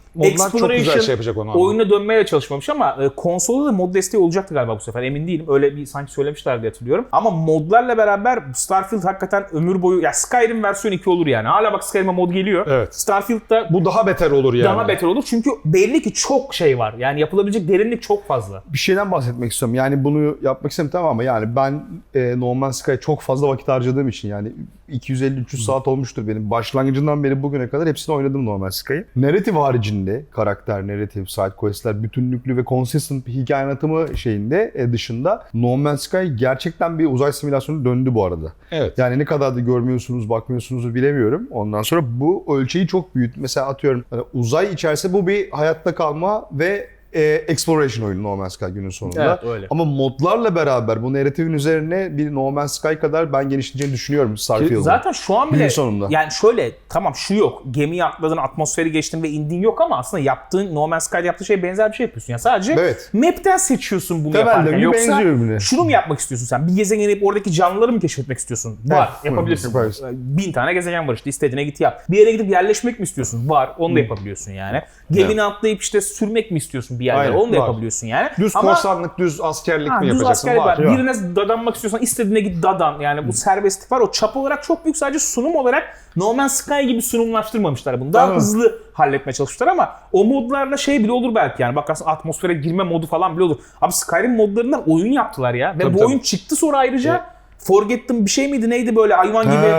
Speaker 1: Modlar çok güzel şey yapacak onu.
Speaker 2: Oyuna dönmeye çalışmamış ama konsolda da mod desteği olacaktı galiba bu sefer. Emin değilim. Öyle bir sanki söylemişler diye hatırlıyorum. Ama modlarla beraber Starfield hakikaten ömür boyu ya Skyrim versiyon 2 olur yani. Hala bak Skyrim'e mod geliyor.
Speaker 1: Evet.
Speaker 2: Starfield'da
Speaker 1: Bu daha beter olur yani.
Speaker 2: daha beter olur. Çünkü belli ki çok şey var. Yani yapılabilecek derinlik çok fazla.
Speaker 3: Bir şeyden bahsetmek istiyorum. Yani bunu yapmak istedim tamam ama yani ben No Man's Sky'ya çok fazla vakit harcadığım için yani 250-300 saat olmuştur benim. Başlangıcından beri bugüne kadar hepsini oynadım No Man's Sky'ı. Narrative haricinde, karakter, narrative, side quest'ler, bütünlüklü ve consistent bir hikaye anlatımı şeyinde dışında No Man's Sky gerçekten bir uzay simülasyonu döndü bu arada.
Speaker 1: Evet.
Speaker 3: Yani ne kadar da görmüyorsunuz, bakmıyorsunuz bilemiyorum. Ondan sonra bu ölçeği çok büyüt. Mesela atıyorum uzay içerisinde bu bir hayatta kalma ve exploration oyunu No Man's Sky günün sonunda.
Speaker 2: Evet, öyle.
Speaker 3: Ama modlarla beraber bu narrative'in üzerine bir No Man's Sky kadar ben genişleyeceğini düşünüyorum Starfield'ın.
Speaker 2: Zaten şu an bile
Speaker 3: Günün sonunda.
Speaker 2: yani şöyle tamam şu yok. Gemiyi atladın, atmosferi geçtin ve indin yok ama aslında yaptığın No Man's Sky'da yaptığı şey benzer bir şey yapıyorsun. Yani sadece
Speaker 3: Evet.
Speaker 2: map'ten seçiyorsun bunu
Speaker 3: Temelden
Speaker 2: yaparken.
Speaker 3: bir
Speaker 2: Yoksa
Speaker 3: benziyor birbirine.
Speaker 2: şunu mu yapmak istiyorsun sen? Bir gezegene gidip oradaki canlıları mı keşfetmek istiyorsun? Var.
Speaker 3: Evet,
Speaker 2: Yapabilirsin.
Speaker 3: yaparız.
Speaker 2: 1000 tane gezegen var işte. İstediğine git yap. Bir yere gidip yerleşmek mi istiyorsun? Var. Onu da yapabiliyorsun yani. Gemini atlayıp işte sürmek mi istiyorsun bir yerlere?
Speaker 3: Aynen,
Speaker 2: Onu da
Speaker 3: var.
Speaker 2: yapabiliyorsun yani.
Speaker 1: Düz
Speaker 2: Ama
Speaker 1: korsanlık, düz askerlik mi
Speaker 2: düz
Speaker 1: yapacaksın?
Speaker 2: askerlik var.
Speaker 1: Var.
Speaker 2: Birine dadanmak istiyorsan istediğine git dadan. Yani bu serbestlik var. O çap olarak çok büyük. Sadece sunum olarak No Man's Sky gibi sunumlaştırmamışlar bunu. Daha
Speaker 3: Tamam.
Speaker 2: hızlı halletmeye çalışmışlar ama o modlarla şey bile olur belki yani. Bakarsın atmosfere girme modu falan bile olur. Abi Skyrim modlarından oyun yaptılar ya. Ve
Speaker 3: Tabii,
Speaker 2: bu
Speaker 3: tabii.
Speaker 2: oyun çıktı sonra ayrıca Forgotten bir şey miydi neydi böyle hayvan gibi.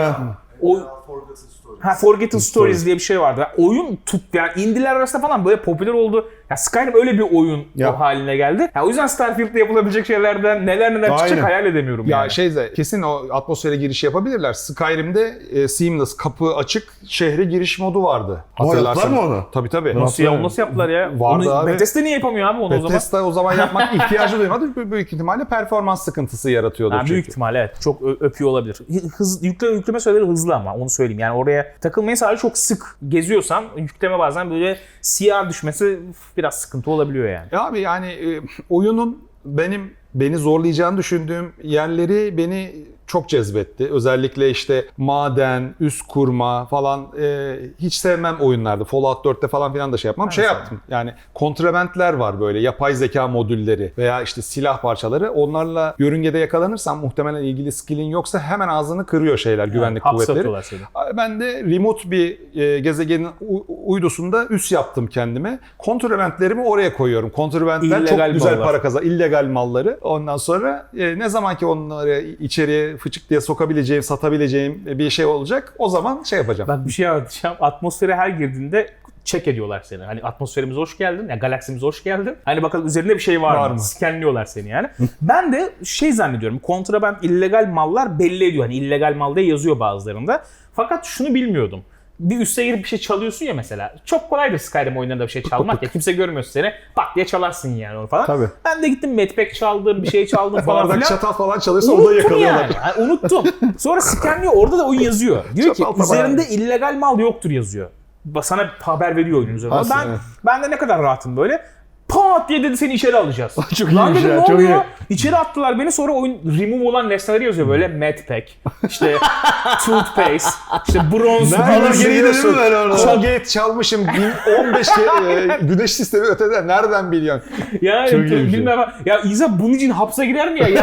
Speaker 2: Forgotten Stories diye bir şey vardı. Yani oyun yani indiler arasında falan böyle popüler oldu. Ya Skyrim öyle bir oyun
Speaker 3: Ya.
Speaker 2: o haline geldi. Ya o yüzden Starfield'da yapılabilecek şeylerden neler çıkacak
Speaker 3: Aynen.
Speaker 2: hayal edemiyorum
Speaker 1: Ya
Speaker 2: yani.
Speaker 1: kesin o atmosfere girişi yapabilirler. Skyrim'de seamless, kapı açık şehre giriş modu vardı.
Speaker 3: yaptılar mı onu?
Speaker 1: Tabii.
Speaker 2: Nasıl ya? Onu nasıl yaptılar ya?
Speaker 1: Vardı
Speaker 2: Onu
Speaker 1: abi.
Speaker 2: Bethesda niye yapamıyor abi onu o zaman?
Speaker 1: Bethesda o zaman yapmak ihtiyacı duymadı. Büyük ihtimalle performans sıkıntısı yaratıyordur
Speaker 2: Ha,
Speaker 1: çünkü.
Speaker 2: büyük ihtimalle evet. Çok öpüyor olabilir. Yükleme süreleri hızlı ama onu söyleyeyim. Yani oraya takılmayı sadece çok sık geziyorsan yükleme bazen böyle siyah düşmesi biraz sıkıntı olabiliyor yani.
Speaker 1: Abi yani oyunun beni zorlayacağını düşündüğüm yerleri beni çok cezbetti. Özellikle işte maden, üst kurma falan hiç sevmem oyunlarda. Fallout 4'te falan filan da şey yapmam. Yaptım. Yani kontrabentler var böyle yapay zeka modülleri veya işte silah parçaları. Onlarla yörüngede yakalanırsan muhtemelen ilgili skill'in yoksa hemen ağzını kırıyor şeyler, güvenlik kuvvetleri.
Speaker 2: Hapsatıyorlar seni.
Speaker 1: Ben de remote bir gezegenin uydusunda üs yaptım kendime. Kontrabentlerimi oraya koyuyorum. Kontrabentler
Speaker 2: İllegal
Speaker 1: çok güzel
Speaker 2: mallar.
Speaker 1: para kazan. İllegal malları. Ondan sonra ne zaman ki onları içeriye fıçık diye sokabileceğim, satabileceğim bir şey olacak. O zaman şey yapacağım.
Speaker 2: Bak bir şey anlatacağım. Atmosfere her girdiğinde check ediyorlar seni. Hani atmosferimize hoş geldin, ya galaksimize hoş geldin. Hani bakalım üzerinde bir şey var mı? Scanliyorlar seni yani. Ben de şey zannediyorum. Kontraband illegal mallar belli ediyor. Hani illegal mal diye yazıyor bazılarında. Fakat şunu bilmiyordum. Bir üste girip bir şey çalıyorsun ya mesela. Çok kolaydır Skyrim oyunlarında bir şey çalmak ya. Kimse görmüyorsun seni. Pat diye çalarsın yani onu falan.
Speaker 3: Tabii.
Speaker 2: Ben de gittim medpack çaldım, bir şey çaldım falan
Speaker 1: Bardak
Speaker 2: filan.
Speaker 1: çatal falan çalıyorsa orada
Speaker 2: Unuttum
Speaker 1: yakalıyorlar.
Speaker 2: yani. Unuttum. Sonra scanliyor. Orada da oyun yazıyor. Diyor ki
Speaker 1: Çatal falan.
Speaker 2: üzerinde illegal mal yoktur yazıyor. Sana haber veriyor oyunun üzerinde.
Speaker 3: Aslında, evet.
Speaker 2: Ben de ne kadar rahatım böyle. Pat diye dedi seni içeri alacağız.
Speaker 3: Çok
Speaker 2: Lan
Speaker 3: iyiymiş
Speaker 2: dedim
Speaker 3: ya,
Speaker 2: ne
Speaker 3: çok
Speaker 2: oluyor?
Speaker 3: iyi.
Speaker 2: İçeri attılar beni sonra oyun remove olan nesneleri yazıyor böyle. Medpack, işte toothpaste, işte bronze
Speaker 3: Nereden
Speaker 2: falan
Speaker 3: geri
Speaker 2: geliyorsun.
Speaker 3: gidelim ben orada?
Speaker 1: Colgate çalmışım 15 güneş sistemi ötede. Nereden biliyorsun?
Speaker 2: Ya
Speaker 3: Çok iyi bir şey.
Speaker 2: bilmem. Ya İsa bunun için hapse girer mi ya?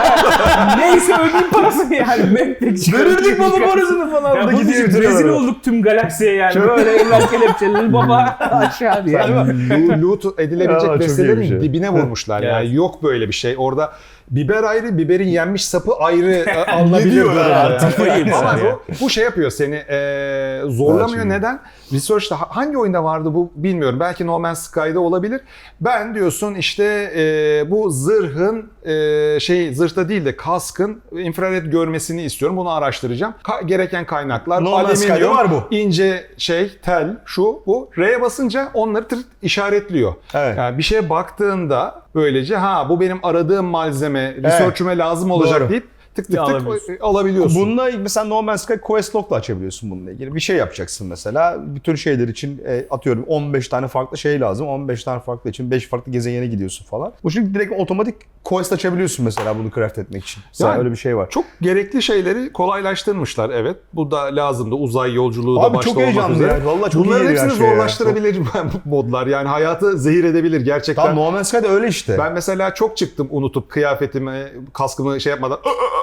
Speaker 2: Neyse ödeyeyim parasını yani. Medpack
Speaker 3: Verirdik baba parasını falan.
Speaker 2: Ya
Speaker 3: Orada
Speaker 2: bunun
Speaker 3: gidiyor
Speaker 2: için
Speaker 3: bitiriyorlar
Speaker 2: rezil
Speaker 3: onu.
Speaker 2: olduk tüm galaksiye yani. Böyle eller kelepçeli baba aşağı diye.
Speaker 1: Loot edilebilecek
Speaker 3: Ya, çok iyi bir
Speaker 1: nesnelerin
Speaker 3: şey.
Speaker 1: dibine vurmuşlar.
Speaker 2: Evet.
Speaker 1: Yani yok böyle bir şey. Orada biber ayrı, biberin yenmiş sapı ayrı alınabilir.
Speaker 3: diyorlar
Speaker 1: durumda
Speaker 3: artık?
Speaker 1: yani. Ama
Speaker 2: Ya.
Speaker 1: bu şey yapıyor seni zorlamıyor.
Speaker 3: Evet,
Speaker 1: Neden? Research'ta hangi oyunda vardı bu bilmiyorum. Belki No Man's Sky'da olabilir. Ben diyorsun işte bu zırhın zırhta değil de kaskın infrared görmesini istiyorum. Bunu araştıracağım. Gereken kaynaklar,
Speaker 3: No Man's Sky'da
Speaker 1: alüminyum,
Speaker 3: var bu.
Speaker 1: ince tel, şu bu. R'ye basınca onları işaretliyor.
Speaker 3: Evet.
Speaker 1: Yani bir şeye baktığında böylece bu benim aradığım malzeme, research'üme lazım olacak
Speaker 3: Doğru.
Speaker 1: deyip tık tık
Speaker 2: Alabiliyorsun.
Speaker 1: alabiliyorsun.
Speaker 3: Bununla mesela No Man's Sky Quest Log'la açabiliyorsun bununla ilgili. Bir şey yapacaksın mesela. Bütün şeyler için atıyorum 15 tane farklı şey lazım. 15 tane farklı için 5 farklı gezegene gidiyorsun falan. Bu şimdi direkt otomatik quest açabiliyorsun mesela bunu craft etmek için. Mesela
Speaker 1: Yani
Speaker 3: öyle bir şey var.
Speaker 1: Çok gerekli şeyleri kolaylaştırmışlar, evet. Bu da lazımdı. Uzay yolculuğu da
Speaker 3: Abi
Speaker 1: başta
Speaker 3: çok
Speaker 1: olmak
Speaker 3: heyecanlı
Speaker 1: üzere.
Speaker 3: ya. Vallahi çok
Speaker 1: Bunların
Speaker 3: iyi
Speaker 1: hepsini
Speaker 3: her şey ya.
Speaker 1: zorlaştırabilir bu modlar. Yani hayatı zehir edebilir gerçekten.
Speaker 3: Tamam No Man's Sky de öyle işte.
Speaker 1: Ben mesela çok çıktım unutup kıyafetimi, kaskımı şey yapmadan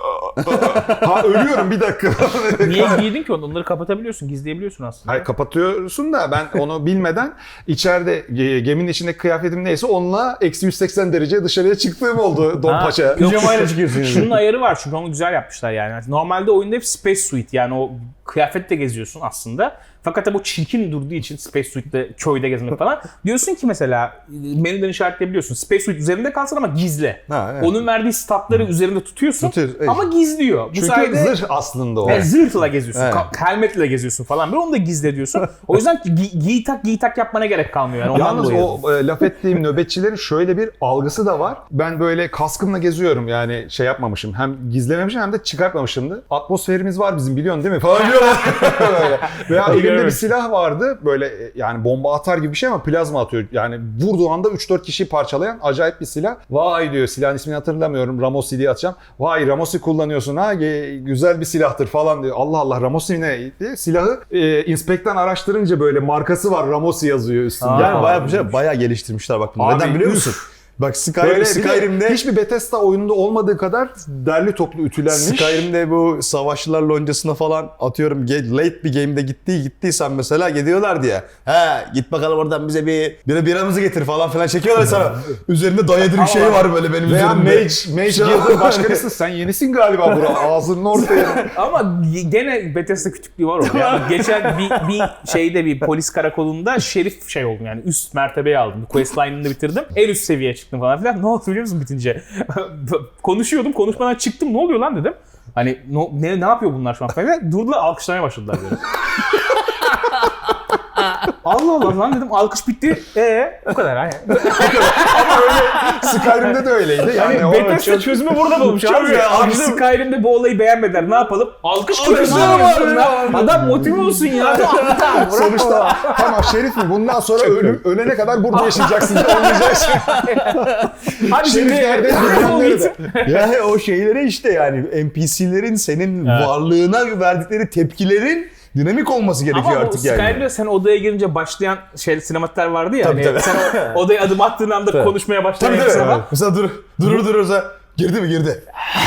Speaker 1: ha ölüyorum bir dakika.
Speaker 2: Niye giydin ki onu? Onları kapatabiliyorsun, gizleyebiliyorsun aslında.
Speaker 1: Hayır, kapatıyorsun da ben onu bilmeden içeride geminin içindeki kıyafetim neyse onunla eksi 180 derece dışarıya çıktığım oldu Don
Speaker 2: Ha,
Speaker 1: Paşa.
Speaker 2: yok.
Speaker 3: Pijamayla çıkıyorsun yani.
Speaker 2: Şunun ayarı var çünkü onu güzel yapmışlar yani. Normalde oyunda hep Space Suit yani o kıyafetle geziyorsun aslında. Fakat bu çirkin durduğu için Space Suit'te köyde gezmek falan. Diyorsun ki mesela menüden işaretleyebiliyorsun. Space Suit üzerinde kalsın ama gizle.
Speaker 3: Ha, evet.
Speaker 2: Onun verdiği statları üzerinde tutuyorsun
Speaker 3: Tutuyoruz,
Speaker 2: ama gizliyor. Bu
Speaker 1: Çünkü
Speaker 2: sayede
Speaker 1: zırh aslında o.
Speaker 2: yani zırhla geziyorsun,
Speaker 3: Evet.
Speaker 2: helmetle geziyorsun falan. Böyle onu da gizle diyorsun. O yüzden giy tak yapmana gerek kalmıyor. Yani ondan
Speaker 1: Yalnız
Speaker 2: dolayı.
Speaker 1: o laf ettiğim nöbetçilerin şöyle bir algısı da var. Ben böyle kaskımla geziyorum yani şey yapmamışım. Hem gizlememişim hem de çıkartmamışım da. Atmosferimiz var bizim biliyorsun değil mi? Falan diyorlar. Böyle. Veya elimde bir silah vardı. Böyle yani bomba atar gibi bir şey ama plazma atıyor. Yani vurduğu anda 3-4 kişiyi parçalayan acayip bir silah. Vay diyor, silahın ismini hatırlamıyorum. Ramosi diye atacağım. Vay Ramosi kullanıyorsun ha, güzel bir silahtır falan diyor. Allah Allah, Ramosi ne diye. Silahı inspekten araştırınca böyle markası var, Ramosi yazıyor üstünde.
Speaker 3: Yani bayağı geliştirmişler bak bunu.
Speaker 1: Abi,
Speaker 3: Neden biliyor
Speaker 1: üf.
Speaker 3: musun? Bak
Speaker 1: Böyle bir de
Speaker 3: Skyrim'de
Speaker 1: hiçbir Bethesda oyununda olmadığı kadar derli toplu ütülenmiş.
Speaker 3: Skyrim'de bu savaşçılar loncasına falan atıyorum late bir game'de gittiysen mesela gidiyorlar diye. He git bakalım oradan bize biramızı getir falan filan çekiyorlar sana. Üzerinde dayadır bir şey var böyle benim
Speaker 1: Veya
Speaker 3: üzerimde.
Speaker 1: Mage Guild'ın başkanısın. Sen yenisin galiba bura. Ağzının ortaya.
Speaker 2: Ama gene Bethesda kütüklüğü var orada. Yani geçen bir şeyde bir polis karakolunda şerif şey oldum yani üst mertebeyi aldım. Questline'ını bitirdim. En üst seviyeye çıktım falan filan. Ne oldu biliyor musun bitince? Konuşuyordum. Konuşmadan çıktım. Ne oluyor lan dedim. Hani ne yapıyor bunlar şu an falan. Durdular alkışlamaya başladılar böyle. Allah Allah lan dedim alkış bitti. O kadar ha.
Speaker 1: Ama öyle Skyrim'de de öyleydi. Yani o
Speaker 2: Bethesda
Speaker 1: çok-
Speaker 2: çözümü burada bulmuş
Speaker 3: Çok
Speaker 2: abi.
Speaker 3: ya,
Speaker 2: Abi
Speaker 3: anladım.
Speaker 2: Skyrim'de bu olayı beğenmediler. Ne yapalım? Alkış kırmızı
Speaker 3: var
Speaker 2: var
Speaker 3: ya.
Speaker 2: Adam motive olsun ya.
Speaker 1: Sonuçta tamam Şerif mi? Bundan sonra ölene kadar burada yaşayacaksın. Olmayacak şey.
Speaker 2: Hadi şimdi
Speaker 1: Şeriflerde
Speaker 2: defol
Speaker 1: bilmem
Speaker 2: git.
Speaker 1: nerede.
Speaker 3: Yani o şeylere işte yani NPC'lerin senin varlığına verdikleri tepkilerin dinamik olması gerekiyor
Speaker 2: Ama
Speaker 3: artık
Speaker 2: bu
Speaker 3: yani.
Speaker 2: Skyrim'de sen odaya girince başlayan sinematikler vardı ya.
Speaker 3: Tabii,
Speaker 2: hani
Speaker 3: tabii.
Speaker 2: sen odaya adım attığın anda konuşmaya başlayan
Speaker 3: Tabii tabii.
Speaker 2: sinema.
Speaker 3: Mesela durursa girdi mi girdi.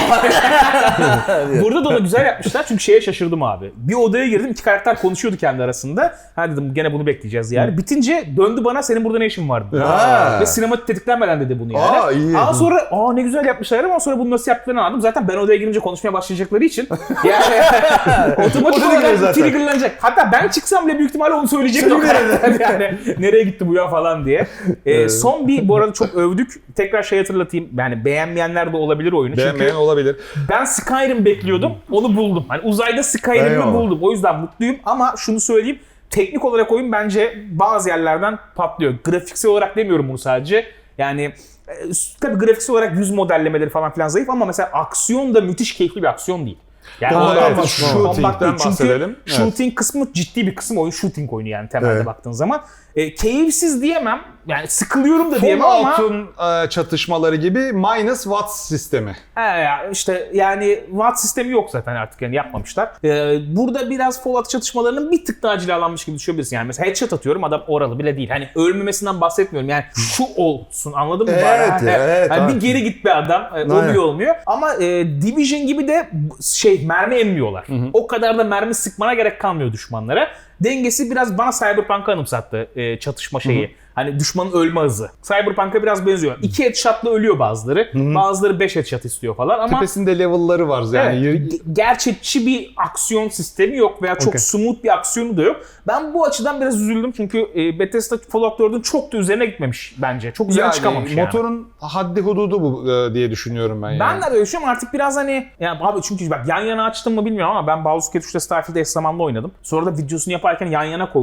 Speaker 2: Burada da onu güzel yapmışlar çünkü şeye şaşırdım abi. Bir odaya girdim, iki karakter konuşuyordu kendi arasında. Ha dedim gene bunu bekleyeceğiz yani. Bitince döndü bana senin burada ne işin var dedi.
Speaker 3: Ha.
Speaker 2: Ve sinematik tetiklenmeden dedi bunu yani.
Speaker 3: Aa, iyi.
Speaker 2: Ama sonra ne güzel yapmışlar ama sonra bunu nasıl yaptıklarını anladım. Zaten ben odaya girince konuşmaya başlayacakları için yani otomatik
Speaker 3: O da
Speaker 2: olarak
Speaker 3: zaten.
Speaker 2: triggerlanacak. Hatta ben çıksam bile büyük ihtimalle onu söyleyecektim o karakter yani. Nereye gitti bu ya falan diye. Son bir bu arada çok övdük. Tekrar şey hatırlatayım. Yani beğenmeyenler de olabilir oyunu.
Speaker 1: Beğenmeyen
Speaker 2: Çünkü
Speaker 1: olabilir.
Speaker 2: ben Skyrim bekliyordum. Onu buldum. Hani uzayda Skyrim'i
Speaker 3: Eyvallah.
Speaker 2: buldum. O yüzden mutluyum ama şunu söyleyeyim. Teknik olarak oyun bence bazı yerlerden patlıyor. Grafiksel olarak demiyorum bunu sadece. Yani tabii grafiksel olarak yüz modellemeleri falan filan zayıf ama mesela aksiyon da müthiş keyifli bir aksiyon değil. Yani
Speaker 1: Tamam,
Speaker 2: ondan
Speaker 1: evet,
Speaker 2: bahsediyorum.
Speaker 1: shooting'den
Speaker 2: Combat değil. Çünkü
Speaker 1: bahsedelim. Evet.
Speaker 2: shooting kısmı ciddi bir kısım oyun. Shooting oyunu yani temelde
Speaker 3: Evet.
Speaker 2: baktığın zaman. Keyifsiz diyemem. Yani sıkılıyorum da diyemem ama
Speaker 1: Fallout'un çatışmaları gibi minus Watts sistemi.
Speaker 2: işte yani Watt sistemi yok zaten artık yani yapmamışlar. Burada biraz Fallout çatışmalarının bir tık daha cilalanmış gibi düşünebilirsin. Yani mesela headshot atıyorum adam oralı bile değil. Hani ölmemesinden bahsetmiyorum. Yani şu olsun anladın mı?
Speaker 3: Evet,
Speaker 2: bari?
Speaker 3: evet,
Speaker 2: Hani bir
Speaker 3: evet.
Speaker 2: geri git be adam. O bile olmuyor. Ama Division gibi de mermi emmiyorlar. O kadar da mermi sıkmana gerek kalmıyor düşmanlara. Dengesi biraz bana Cyberpunk'ı anımsattı çatışma şeyi. Hani düşmanın ölme hızı. Cyberpunk'a biraz benziyor. 2 headshot'la ölüyor bazıları. Bazıları 5 headshot istiyor falan ama
Speaker 1: Tepesinde level'ları var yani.
Speaker 2: evet, gerçekçi bir aksiyon sistemi yok veya çok smooth bir aksiyonu da yok. Ben bu açıdan biraz üzüldüm çünkü Bethesda Fallout 4'ün çok da üzerine gitmemiş bence. Çok üzerine çıkamamış yani.
Speaker 1: Motorun haddi hududu bu diye düşünüyorum ben yani.
Speaker 2: Ben de öyle düşünüyorum artık biraz hani yani abi çünkü bak yan yana açtım mı bilmiyorum ama ben Baldur's Gate 3'te Starfield'de eş zamanlı oynadım. Sonra da videosunu yaparken yan yana koydum.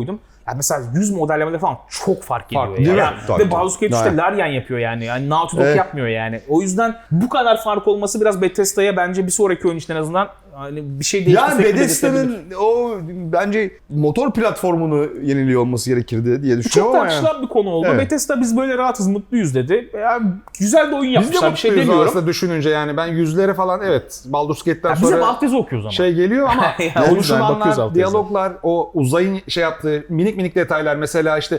Speaker 2: Yani mesela yüz modellemeleri falan çok fark ediyor.
Speaker 1: Farklı,
Speaker 2: ya.
Speaker 3: değil mi?
Speaker 2: Yani,
Speaker 3: Tabii.
Speaker 2: ve Baldur's Gate 3'te
Speaker 3: Evet.
Speaker 2: Larian yapıyor yani. Yani Naughty Dog
Speaker 3: Evet.
Speaker 2: yapmıyor yani. O yüzden bu kadar fark olması biraz Bethesda'ya bence bir sonraki oyun için en azından hani bir şey
Speaker 3: Ya
Speaker 2: değiştirsek bile
Speaker 3: Bethesda'nın
Speaker 2: dedirtebilir.
Speaker 3: o bence motor platformunu yeniliyor olması gerekirdi diye
Speaker 2: Bu çok
Speaker 3: düşünüyorum ama yani.
Speaker 2: tartışılan bir konu oldu.
Speaker 3: Evet.
Speaker 2: Bethesda biz böyle rahatız, mutluyuz dedi. Ya, güzel de oyun
Speaker 1: Biz de
Speaker 2: yapmışlar, bir şey
Speaker 1: mutluyuz
Speaker 2: demiyorum.
Speaker 1: aslında düşününce yani ben yüzlere falan evet Baldur's Gate'den
Speaker 2: Ya biz hep
Speaker 1: sonra
Speaker 2: altyazı okuyoruz ama.
Speaker 1: şey geliyor ama
Speaker 2: Ya o yüzden bakıyoruz
Speaker 1: konuşulanlar,
Speaker 2: altyazı.
Speaker 1: diyaloglar, o uzayın şey yaptığı minik minik detaylar mesela işte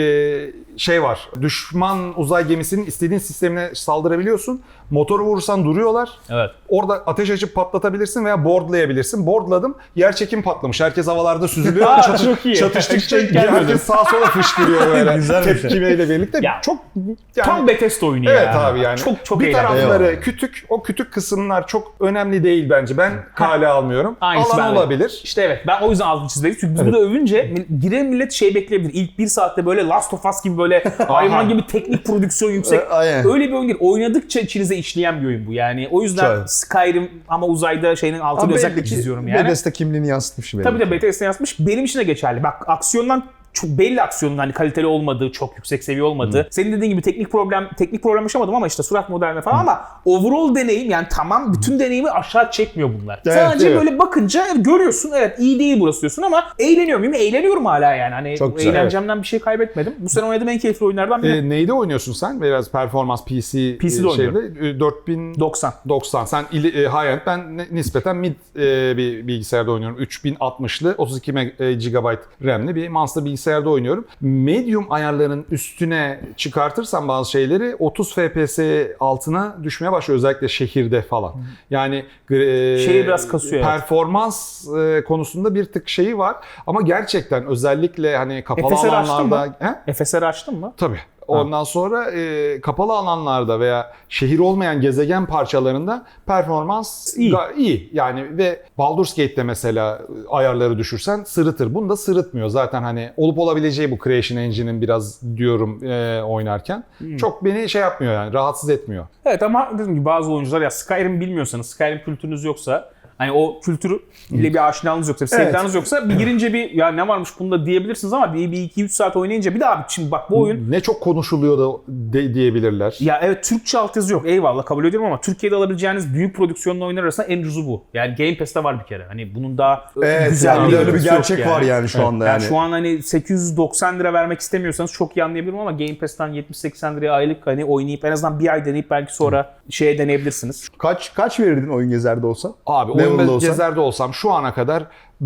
Speaker 1: şey var. Düşman uzay gemisinin istediğin sistemine saldırabiliyorsun. Motoru vurursan duruyorlar.
Speaker 2: Evet.
Speaker 1: Orada ateş açıp patlatabilirsin veya boardlayabilirsin. Boardladım. Yer çekim patlamış. Herkes havalarda süzülüyor.
Speaker 2: Aa, çok iyi.
Speaker 1: Çatıştıkça
Speaker 2: Hiç gelmedim.
Speaker 1: herkes sağa sola fışkırıyor böyle.
Speaker 3: Güzelmiş.
Speaker 1: Tepkimeyle birlikte.
Speaker 2: Ya,
Speaker 1: çok yani,
Speaker 2: Tam Bethesda oyunu
Speaker 1: evet
Speaker 2: ya.
Speaker 1: abi yani.
Speaker 2: Çok
Speaker 1: bir
Speaker 2: eğlenceli.
Speaker 1: tarafları
Speaker 3: Eyvallah.
Speaker 1: kütük, o kütük kısımlar çok önemli değil bence. Ben kale almıyorum.
Speaker 2: Aynısı
Speaker 1: Alan
Speaker 2: ben de.
Speaker 1: olabilir.
Speaker 2: İşte evet ben o yüzden altını çizmedim. Çünkü biz burada övünce giren millet şey bekleyebilir. İlk bir saatte böyle Last of Us gibi böyle hayvan gibi teknik prodüksiyon yüksek.
Speaker 3: Aynen.
Speaker 2: Öyle bir oyun değil. Oynadıkça içinize işleyen bir oyun bu. Yani o yüzden
Speaker 3: Çok.
Speaker 2: Skyrim ama uzayda şeyinin altını
Speaker 3: Ama
Speaker 2: özellikle
Speaker 3: belli ki
Speaker 2: çiziyorum yani.
Speaker 3: Bethesda kimliğini yansıtmış belli.
Speaker 2: Tabii de Bethesda yazmış. Benim için de geçerli. Bak aksiyondan çok belli aksiyonun hani kaliteli olmadığı, çok yüksek seviye olmadığı. Senin dediğin gibi teknik problem yaşamadım ama işte surat modelme falan ama overall deneyim yani tamam bütün deneyimi aşağı çekmiyor bunlar.
Speaker 3: Evet,
Speaker 2: Sadece
Speaker 1: evet.
Speaker 2: böyle bakınca görüyorsun evet iyi değil burası diyorsun ama eğleniyor muyum? Eğleniyorum hala yani. Hani
Speaker 3: Çok güzel,
Speaker 2: eğlencemden bir şey kaybetmedim. Bu sene oynadığım en keyifli oyunlardan biri.
Speaker 1: Neyde oynuyorsun sen? Biraz performans PC
Speaker 2: PC'de oynuyorum.
Speaker 1: şeyde 4090.
Speaker 2: 90.
Speaker 1: Sen high-end, ben nispeten mid bir bilgisayarda oynuyorum. 3060'lı 32 GB RAM'li bir Monster bilgisayarda oynuyorum. Medium ayarların üstüne çıkartırsam bazı şeyleri 30 FPS altına düşmeye başlıyor özellikle şehirde falan. Yani
Speaker 2: Şeyi biraz kasıyor, evet.
Speaker 1: performans konusunda bir tık şeyi var ama gerçekten özellikle hani kapalı
Speaker 2: FSR açtın
Speaker 1: alanlarda
Speaker 2: FSR açtın mı?
Speaker 1: Tabii. Ondan sonra kapalı alanlarda veya şehir olmayan gezegen parçalarında performans
Speaker 2: İyi.
Speaker 1: iyi. Yani ve Baldur's Gate'de mesela ayarları düşürsen sırıtır. Bunu da sırıtmıyor. Zaten hani olup olabileceği bu Creation Engine'in biraz diyorum oynarken. Çok beni şey yapmıyor yani rahatsız etmiyor.
Speaker 2: Evet ama dediğim gibi bazı oyuncular ya Skyrim bilmiyorsanız, Skyrim kültürünüz yoksa hani o kültürü ile bir aşinalığınız yoksa, bir sevdanız yoksa bir girince bir ya ne varmış bunda diyebilirsiniz ama bir 2-3 saat oynayınca bir daha şimdi bak bu oyun
Speaker 1: Ne çok konuşuluyor da diyebilirler.
Speaker 2: ya evet Türkçe altyazı yok eyvallah kabul ediyorum ama Türkiye'de alabileceğiniz büyük prodüksiyonlu oyunlar arasında en ucuzu bu. Yani Game Pass'te var bir kere. Hani bunun daha
Speaker 3: Evet,
Speaker 2: güzel
Speaker 3: yani
Speaker 2: bir
Speaker 3: öyle bir
Speaker 2: ötesi yok
Speaker 3: gerçek var yani şu anda
Speaker 2: Yani
Speaker 3: yani.
Speaker 2: şu an hani 890 lira vermek istemiyorsanız çok iyi anlayabilirim ama Game Pass'ten 70-80 liraya aylık hani oynayıp en azından bir ay deneyip belki sonra şeye deneyebilirsiniz.
Speaker 3: Kaç verirdin oyun gezerde olsa?
Speaker 1: Abi
Speaker 3: Level'da
Speaker 1: oyun
Speaker 3: olsan?
Speaker 1: gezerde olsam şu ana kadar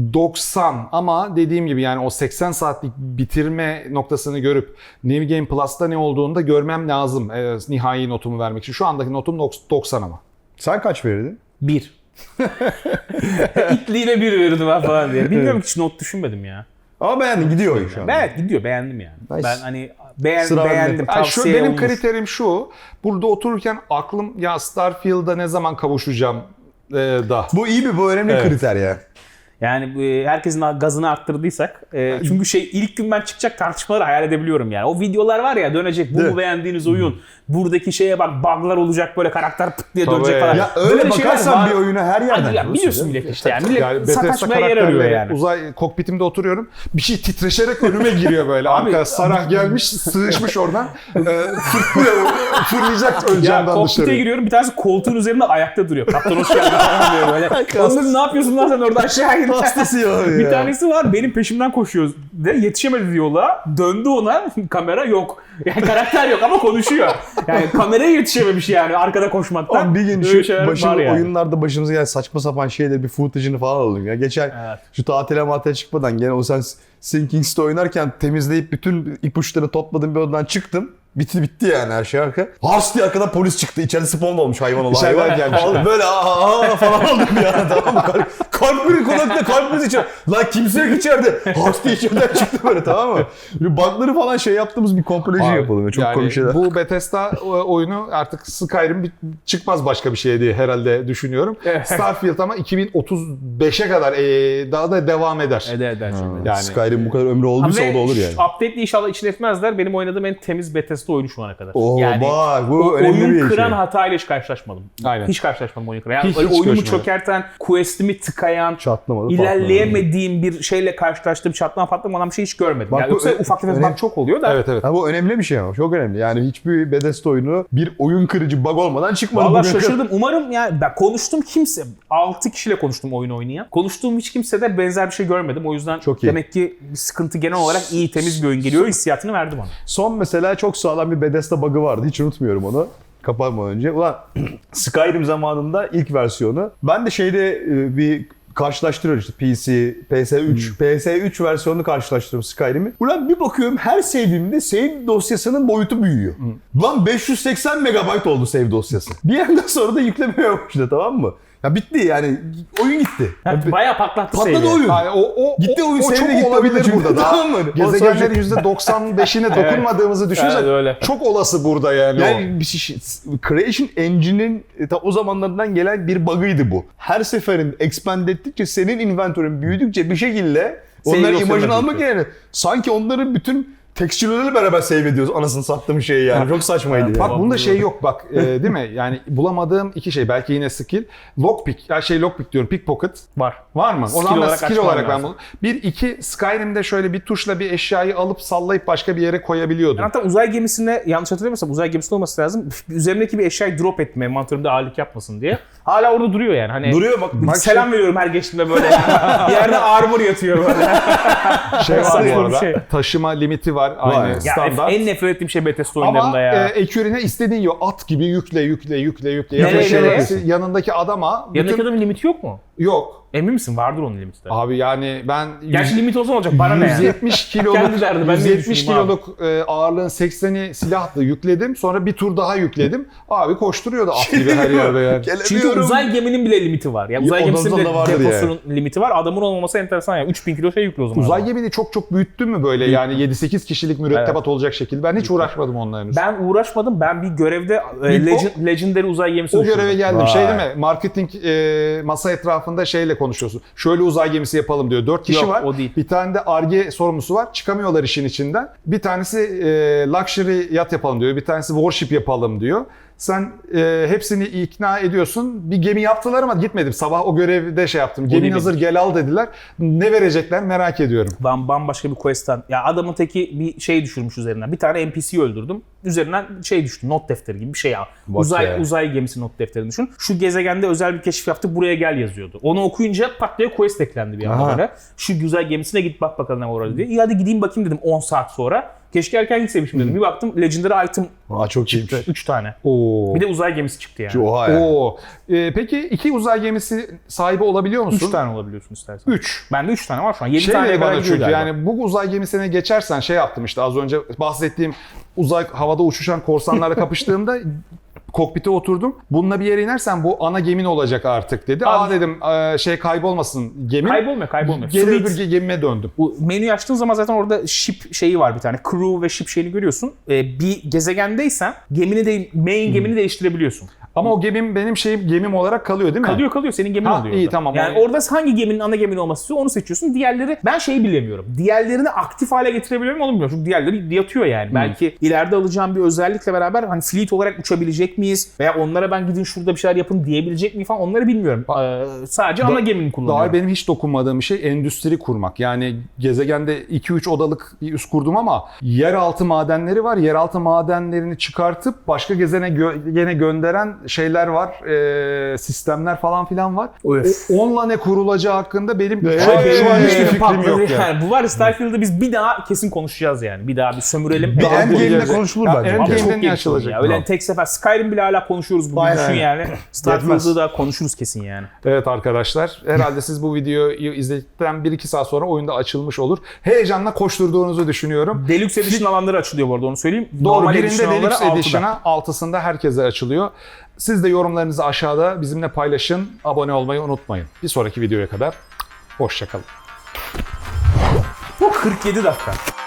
Speaker 1: 90 ama dediğim gibi yani o 80 saatlik bitirme noktasını görüp New Game Plus'ta ne olduğunu da görmem lazım nihai notumu vermek için. Şu andaki notum 90 ama.
Speaker 3: Sen kaç verirdin?
Speaker 2: 1. İtliğine 1 verirdim ben falan diye. Bilmiyorum hiç not düşünmedim ya.
Speaker 3: Ama beğendin gidiyor oyun şu anda.
Speaker 2: Evet gidiyor beğendim yani.
Speaker 3: Nice.
Speaker 2: Ben hani
Speaker 3: Sıra
Speaker 2: beğendim
Speaker 3: bende.
Speaker 1: Yani şu
Speaker 2: tavsiye
Speaker 1: benim
Speaker 2: olmuş.
Speaker 1: kriterim şu. Burada otururken aklım ya Starfield'a ne zaman kavuşacağım da.
Speaker 3: Bu iyi bu önemli
Speaker 1: Evet.
Speaker 3: kriter ya.
Speaker 2: Yani herkesin gazını arttırdıysak çünkü ilk gün ben çıkacak tartışmaları hayal edebiliyorum yani. O videolar var ya dönecek bu
Speaker 3: Değil
Speaker 2: mu
Speaker 3: mi?
Speaker 2: beğendiğiniz oyun. Buradaki şeye bak bug'lar olacak böyle karakter pıt diye
Speaker 1: Tabii.
Speaker 2: dönecek falan.
Speaker 3: Ya öyle
Speaker 2: Böyle şeyler
Speaker 3: bakarsan
Speaker 2: var.
Speaker 3: bir oyuna her yerden.
Speaker 2: Hadi ya, biliyorsun millet işte yani. Millet
Speaker 1: Yani Bethesda
Speaker 2: sataşmaya yer
Speaker 1: karakteri
Speaker 2: arıyor
Speaker 1: böyle
Speaker 2: yani.
Speaker 1: uzay kokpitimde oturuyorum. Bir şey titreşerek önüme giriyor böyle. Arka Sarah gelmiş, sığışmış oradan. Fırlayacak
Speaker 2: Ya
Speaker 1: öleceğimden
Speaker 2: kokpite
Speaker 1: dışarı.
Speaker 2: giriyorum bir tanesi koltuğun üzerinde ayakta duruyor. Kaptan hoş geldin falan diyor böyle. Onların ne yapıyorsun lan sen orada aşağı gir.
Speaker 3: Hastası ya.
Speaker 2: Bir tanesi var benim peşimden koşuyor de yetişemedi yola. Döndü ona kamera yok. Yani karakter yok ama konuşuyor. Yani kameraya yetişememiş yani arkada koşmaktan.
Speaker 3: Oğlum bir gün
Speaker 2: Öyle
Speaker 3: şu
Speaker 2: şeyler
Speaker 3: başına
Speaker 2: var yani.
Speaker 3: oyunlarda başımıza gelen saçma sapan şeyleri bir footage'ını falan alalım ya. Geçen
Speaker 2: Evet.
Speaker 3: şu tatile çıkmadan gene o sen Sinking City oynarken temizleyip bütün ipuçlarını topladım bir odadan çıktım. Bitti yani her şey arka. Hars diye arkadan polis çıktı. İçeride spawn olmuş hayvan olan.
Speaker 1: İçeriden
Speaker 3: hayvan.
Speaker 1: gelmiş.
Speaker 3: Al, böyle falan oldum ya. Tamam mı? Kalp biri kulakta kalp krizi içeride. Lan kimse yok içeride. Hars diye içeriden çıktı böyle tamam mı? Böyle bug'ları falan şey yaptığımız bir kompoloji
Speaker 1: Abi,
Speaker 3: yapalım. Çok
Speaker 1: yani
Speaker 3: komik şeyler.
Speaker 1: Bu Bethesda oyunu artık Skyrim çıkmaz başka bir şey diye herhalde düşünüyorum.
Speaker 2: Evet.
Speaker 1: Starfield ama 2035'e kadar daha da devam eder.
Speaker 2: Eder şimdi.
Speaker 1: Yani
Speaker 3: Skyrim bu kadar ömrü olduysa o da olur yani.
Speaker 2: Update'li inşallah içine etmezler. Benim oynadığım en temiz Bethesda Bethesda oyunu şu ana kadar.
Speaker 3: Oo, bak, bu
Speaker 2: o
Speaker 3: önemli
Speaker 2: oyun
Speaker 3: bir
Speaker 2: kıran
Speaker 3: şey.
Speaker 2: hatayla hiç karşılaşmadım.
Speaker 1: Aynen.
Speaker 2: Hiç karşılaşmadım oyun kıran. Yani
Speaker 1: Hiç
Speaker 2: oyunumu
Speaker 1: görüşmedim.
Speaker 2: çökerten, quest'imi tıkayan,
Speaker 3: Çatlamadı,
Speaker 2: ilerleyemediğim bir şeyle karşılaştığım çatlama patlamadan bir şey hiç görmedim.
Speaker 3: Bak
Speaker 2: Yani
Speaker 3: bu
Speaker 2: yoksa ufak tefek
Speaker 3: önemli.
Speaker 2: bug çok oluyor da.
Speaker 1: Evet evet.
Speaker 3: Ha, bu önemli bir şey ama çok önemli. Yani hiçbir Bethesda oyunu bir oyun kırıcı bug olmadan çıkmadı.
Speaker 2: Vallahi
Speaker 3: bugüne kadar.
Speaker 2: şaşırdım. Umarım yani ben konuştum kimse 6 kişiyle konuştum oyun oynayan. Konuştuğum hiç kimse de benzer bir şey görmedim. O yüzden
Speaker 3: Çok iyi.
Speaker 2: demek ki bir sıkıntı genel olarak iyi temiz bir oyun geliyor hissiyatını verdi bana.
Speaker 3: Son mesela çok sağlam bir Bethesda bug'ı vardı. Hiç unutmuyorum onu. Kapatmadan önce. Ulan Skyrim zamanında ilk versiyonu. Ben de bir karşılaştırıyorum işte PC, PS3, PS3 versiyonunu karşılaştırıyorum Skyrim'i. Ulan bir bakıyorum her save'imde save dosyasının boyutu büyüyor. Lan 580 MB oldu save dosyası. Bir yerden sonra da yüklemeye başladı, tamam mı? Ya bitti yani, oyun gitti.
Speaker 2: Bayağı patlattı
Speaker 3: Patladı
Speaker 2: save'i.
Speaker 3: oyun.
Speaker 1: Yani
Speaker 3: Gitti oyun,
Speaker 1: o
Speaker 3: save
Speaker 1: çok
Speaker 3: de gitti
Speaker 1: olabilir
Speaker 3: çünkü.
Speaker 1: burada.
Speaker 3: Tamam mı?
Speaker 1: Gezegenlerin %95'ine dokunmadığımızı düşünsek
Speaker 2: Evet, öyle.
Speaker 1: çok olası burada yani.
Speaker 3: Yani bir şey, Creation Engine'in o zamanlardan gelen bir bug'ıydı bu. Her seferinde expand ettikçe, senin inventory'in büyüdükçe bir şekilde onların
Speaker 2: Save
Speaker 3: imajını
Speaker 2: dosyaları
Speaker 3: almak yerine sanki onların bütün tekstürleri beraber save ediyoruz, anasını sattığım şeyi yani. Çok saçmaydı yani.
Speaker 1: Bak bunda şey yok bak değil mi? Yani bulamadığım iki şey belki yine skill. Lockpick, lockpick diyorum, pickpocket.
Speaker 2: Var.
Speaker 1: Var mı? O
Speaker 2: Skill
Speaker 1: zaman
Speaker 2: olarak
Speaker 1: skill
Speaker 2: açman
Speaker 1: olarak ben
Speaker 2: lazım.
Speaker 1: bunu. Bir, iki, Skyrim'de şöyle bir tuşla bir eşyayı alıp sallayıp başka bir yere koyabiliyordum.
Speaker 2: Yani hatta uzay gemisinde, yanlış hatırlamıyorsam uzay gemisinde olması lazım. Üzerimdeki bir eşyayı drop etme, mantarımda ağırlık yapmasın diye. Hala orada duruyor yani. Hani
Speaker 3: Duruyor bak
Speaker 2: selam veriyorum her geçtiğimde böyle. Yerde armor yatıyor böyle.
Speaker 1: Şey var
Speaker 2: Saçma
Speaker 1: bu
Speaker 2: bir
Speaker 1: arada.
Speaker 2: şey.
Speaker 1: Taşıma limiti var aynı
Speaker 3: Ya,
Speaker 2: Ya
Speaker 1: standart.
Speaker 2: en nefret ettiğim şey Bethesda oyunlarında
Speaker 1: Ama
Speaker 2: ya.
Speaker 1: ekürine istediğin yok. At gibi yükle. Ya
Speaker 2: Nereye,
Speaker 1: da şey,
Speaker 2: nereye?
Speaker 1: yanındaki adama
Speaker 2: Yanındaki adamın limiti yok mu?
Speaker 1: yok.
Speaker 2: Emin misin? Vardır onun limiti de.
Speaker 1: Abi yani ben
Speaker 2: Gerçi limit olsa olacak, bana ne yani?
Speaker 1: 170 kiloluk,
Speaker 2: Kendi derdi, ben ne
Speaker 1: 170
Speaker 2: düşüneyim abi?
Speaker 1: kiloluk ağırlığın 80'i silahla yükledim. Sonra bir tur daha yükledim. Abi koşturuyordu at gibi her yerde yani.
Speaker 2: Çünkü uzay geminin bile limiti var. Yani uzay
Speaker 3: Ya,
Speaker 2: gemisinin
Speaker 3: ondan
Speaker 2: de
Speaker 3: da vardır
Speaker 2: deposunun limiti var. Adamın olmaması enteresan ya. 3000 kilo şey yüklü o zaman.
Speaker 1: Uzay
Speaker 2: adam.
Speaker 1: gemini çok büyüttün mü böyle yani 7-8 kişilik mürettebat olacak şekilde? Ben hiç uğraşmadım onunla henüz.
Speaker 2: Ben uğraşmadım. Ben bir görevde Legendary uzay gemisi
Speaker 1: O göreve geldim.
Speaker 3: Vay.
Speaker 1: Şey değil mi? Marketing masa etrafında şeyle konuşuyorsun. Şöyle uzay gemisi yapalım diyor. 4 kişi
Speaker 2: Yok,
Speaker 1: var.
Speaker 2: o değil.
Speaker 1: Bir tane de Ar-Ge sorumlusu var. Çıkamıyorlar işin içinden. Bir tanesi luxury yat yapalım diyor. Bir tanesi warship yapalım diyor. Sen hepsini ikna ediyorsun. Bir gemi yaptılar ama gitmedim. Sabah o görevde şey yaptım. Gemin
Speaker 2: değil
Speaker 1: hazır, gel al dediler. Ne verecekler merak ediyorum.
Speaker 2: Ben bambaşka bir quest'ten. Ya adamın teki bir şey düşürmüş üzerinden. Bir tane NPC'yi öldürdüm. Üzerinden şey düştü. Not defteri gibi bir şey ya.
Speaker 3: Bak ya.
Speaker 2: Uzay gemisi not defterini düşün. Şu gezegende özel bir keşif yaptık. Buraya gel yazıyordu. Onu okuyunca pat diye quest eklendi bir anda
Speaker 3: Aha.
Speaker 2: böyle. Şu güzel gemisine git bak bakalım ne var orada diye. İyi hadi gideyim bakayım dedim 10 saat sonra. Keşke erken gitseymişim dedim. Bir baktım Legendary item
Speaker 3: Aa, çok iyiymiş.
Speaker 2: 3 tane.
Speaker 1: Oo.
Speaker 2: Bir de uzay gemisi çıktı yani.
Speaker 3: Oha ya.
Speaker 1: Oo. Peki 2 uzay gemisi sahibi olabiliyor musun?
Speaker 2: 3 tane olabiliyorsun istersen.
Speaker 1: 3.
Speaker 2: Bende 3 tane var şu an. 7
Speaker 1: Şey
Speaker 2: tane
Speaker 1: dedi
Speaker 2: kadar
Speaker 1: bana
Speaker 2: gidiyor
Speaker 1: çünkü
Speaker 2: galiba.
Speaker 1: yani bu uzay gemisine geçersen şey yaptım işte az önce bahsettiğim uzay havada uçuşan korsanlarla kapıştığımda kokpite oturdum. Bununla bir yere inersen bu ana gemin olacak artık dedi.
Speaker 2: Abi-
Speaker 1: Dedim şey kaybolmasın gemin.
Speaker 2: Kaybolmuyor.
Speaker 1: Geri
Speaker 2: Fleet-
Speaker 1: öbür gemime döndüm.
Speaker 2: Bu menüyü açtığın zaman zaten orada ship şeyi var bir tane. Crew ve ship şeyini görüyorsun. Bir gezegendeysen gemini de main gemini değiştirebiliyorsun.
Speaker 1: Ama o gemim benim gemim olarak kalıyor değil mi?
Speaker 2: Kalıyor senin gemin
Speaker 1: Ha,
Speaker 2: oluyor.
Speaker 1: iyi,
Speaker 2: orada.
Speaker 1: tamam.
Speaker 2: Yani orada hangi geminin ana gemin olması istiyor onu seçiyorsun. Diğerleri ben şeyi bilemiyorum. Diğerlerini aktif hale getirebiliyor muyum onu bilmiyorum. Çünkü diğerleri yatıyor yani. Belki ileride alacağım bir özellikle beraber hani fleet olarak uçabilecek miyiz? Veya onlara ben gidin şurada bir şeyler yapın diyebilecek miyim falan onları bilmiyorum. Sadece ana gemini kullanıyorum.
Speaker 1: Daha benim hiç dokunmadığım bir şey endüstri kurmak. Yani gezegende 2-3 odalık bir üs kurdum ama yeraltı madenleri var. Yeraltı madenlerini çıkartıp başka gezegene gönderen şeyler var. Sistemler falan filan var.
Speaker 2: Öf.
Speaker 1: Onunla ne kurulacağı hakkında benim
Speaker 3: Evet,
Speaker 1: şu an hiçbir fikrim
Speaker 2: Patladı
Speaker 1: yok. Yani.
Speaker 2: yani. Bu var Starfield'da biz bir daha kesin konuşacağız yani. Bir daha bir sömürelim.
Speaker 3: Bir
Speaker 1: Daha
Speaker 3: Endgame'de
Speaker 1: bulacağız.
Speaker 3: konuşulur
Speaker 1: Ya,
Speaker 3: bence.
Speaker 1: Endgame'de
Speaker 2: Ama çok
Speaker 1: ne
Speaker 2: iyi bir oyun
Speaker 1: açılacak?
Speaker 2: ya. Öyle tek sefer Skyrim bile hala konuşuyoruz bugün
Speaker 3: Aynen,
Speaker 2: düşün
Speaker 3: aynen.
Speaker 2: yani. Starfield'ı da konuşuruz kesin yani.
Speaker 1: Evet arkadaşlar, herhalde siz bu videoyu izledikten 1-2 saat sonra oyunda açılmış olur. Heyecanla koşturduğunuzu düşünüyorum.
Speaker 2: Deluxe Edition alanları açılıyor bu arada onu söyleyeyim.
Speaker 1: Doğru,
Speaker 2: Normal
Speaker 1: birinde
Speaker 2: Edition alanları
Speaker 1: Deluxe
Speaker 2: 6'da.
Speaker 1: Edition'a, 6'sında herkese açılıyor. Siz de yorumlarınızı aşağıda bizimle paylaşın. Abone olmayı unutmayın. Bir sonraki videoya kadar hoşça kalın.
Speaker 2: 47 dakika.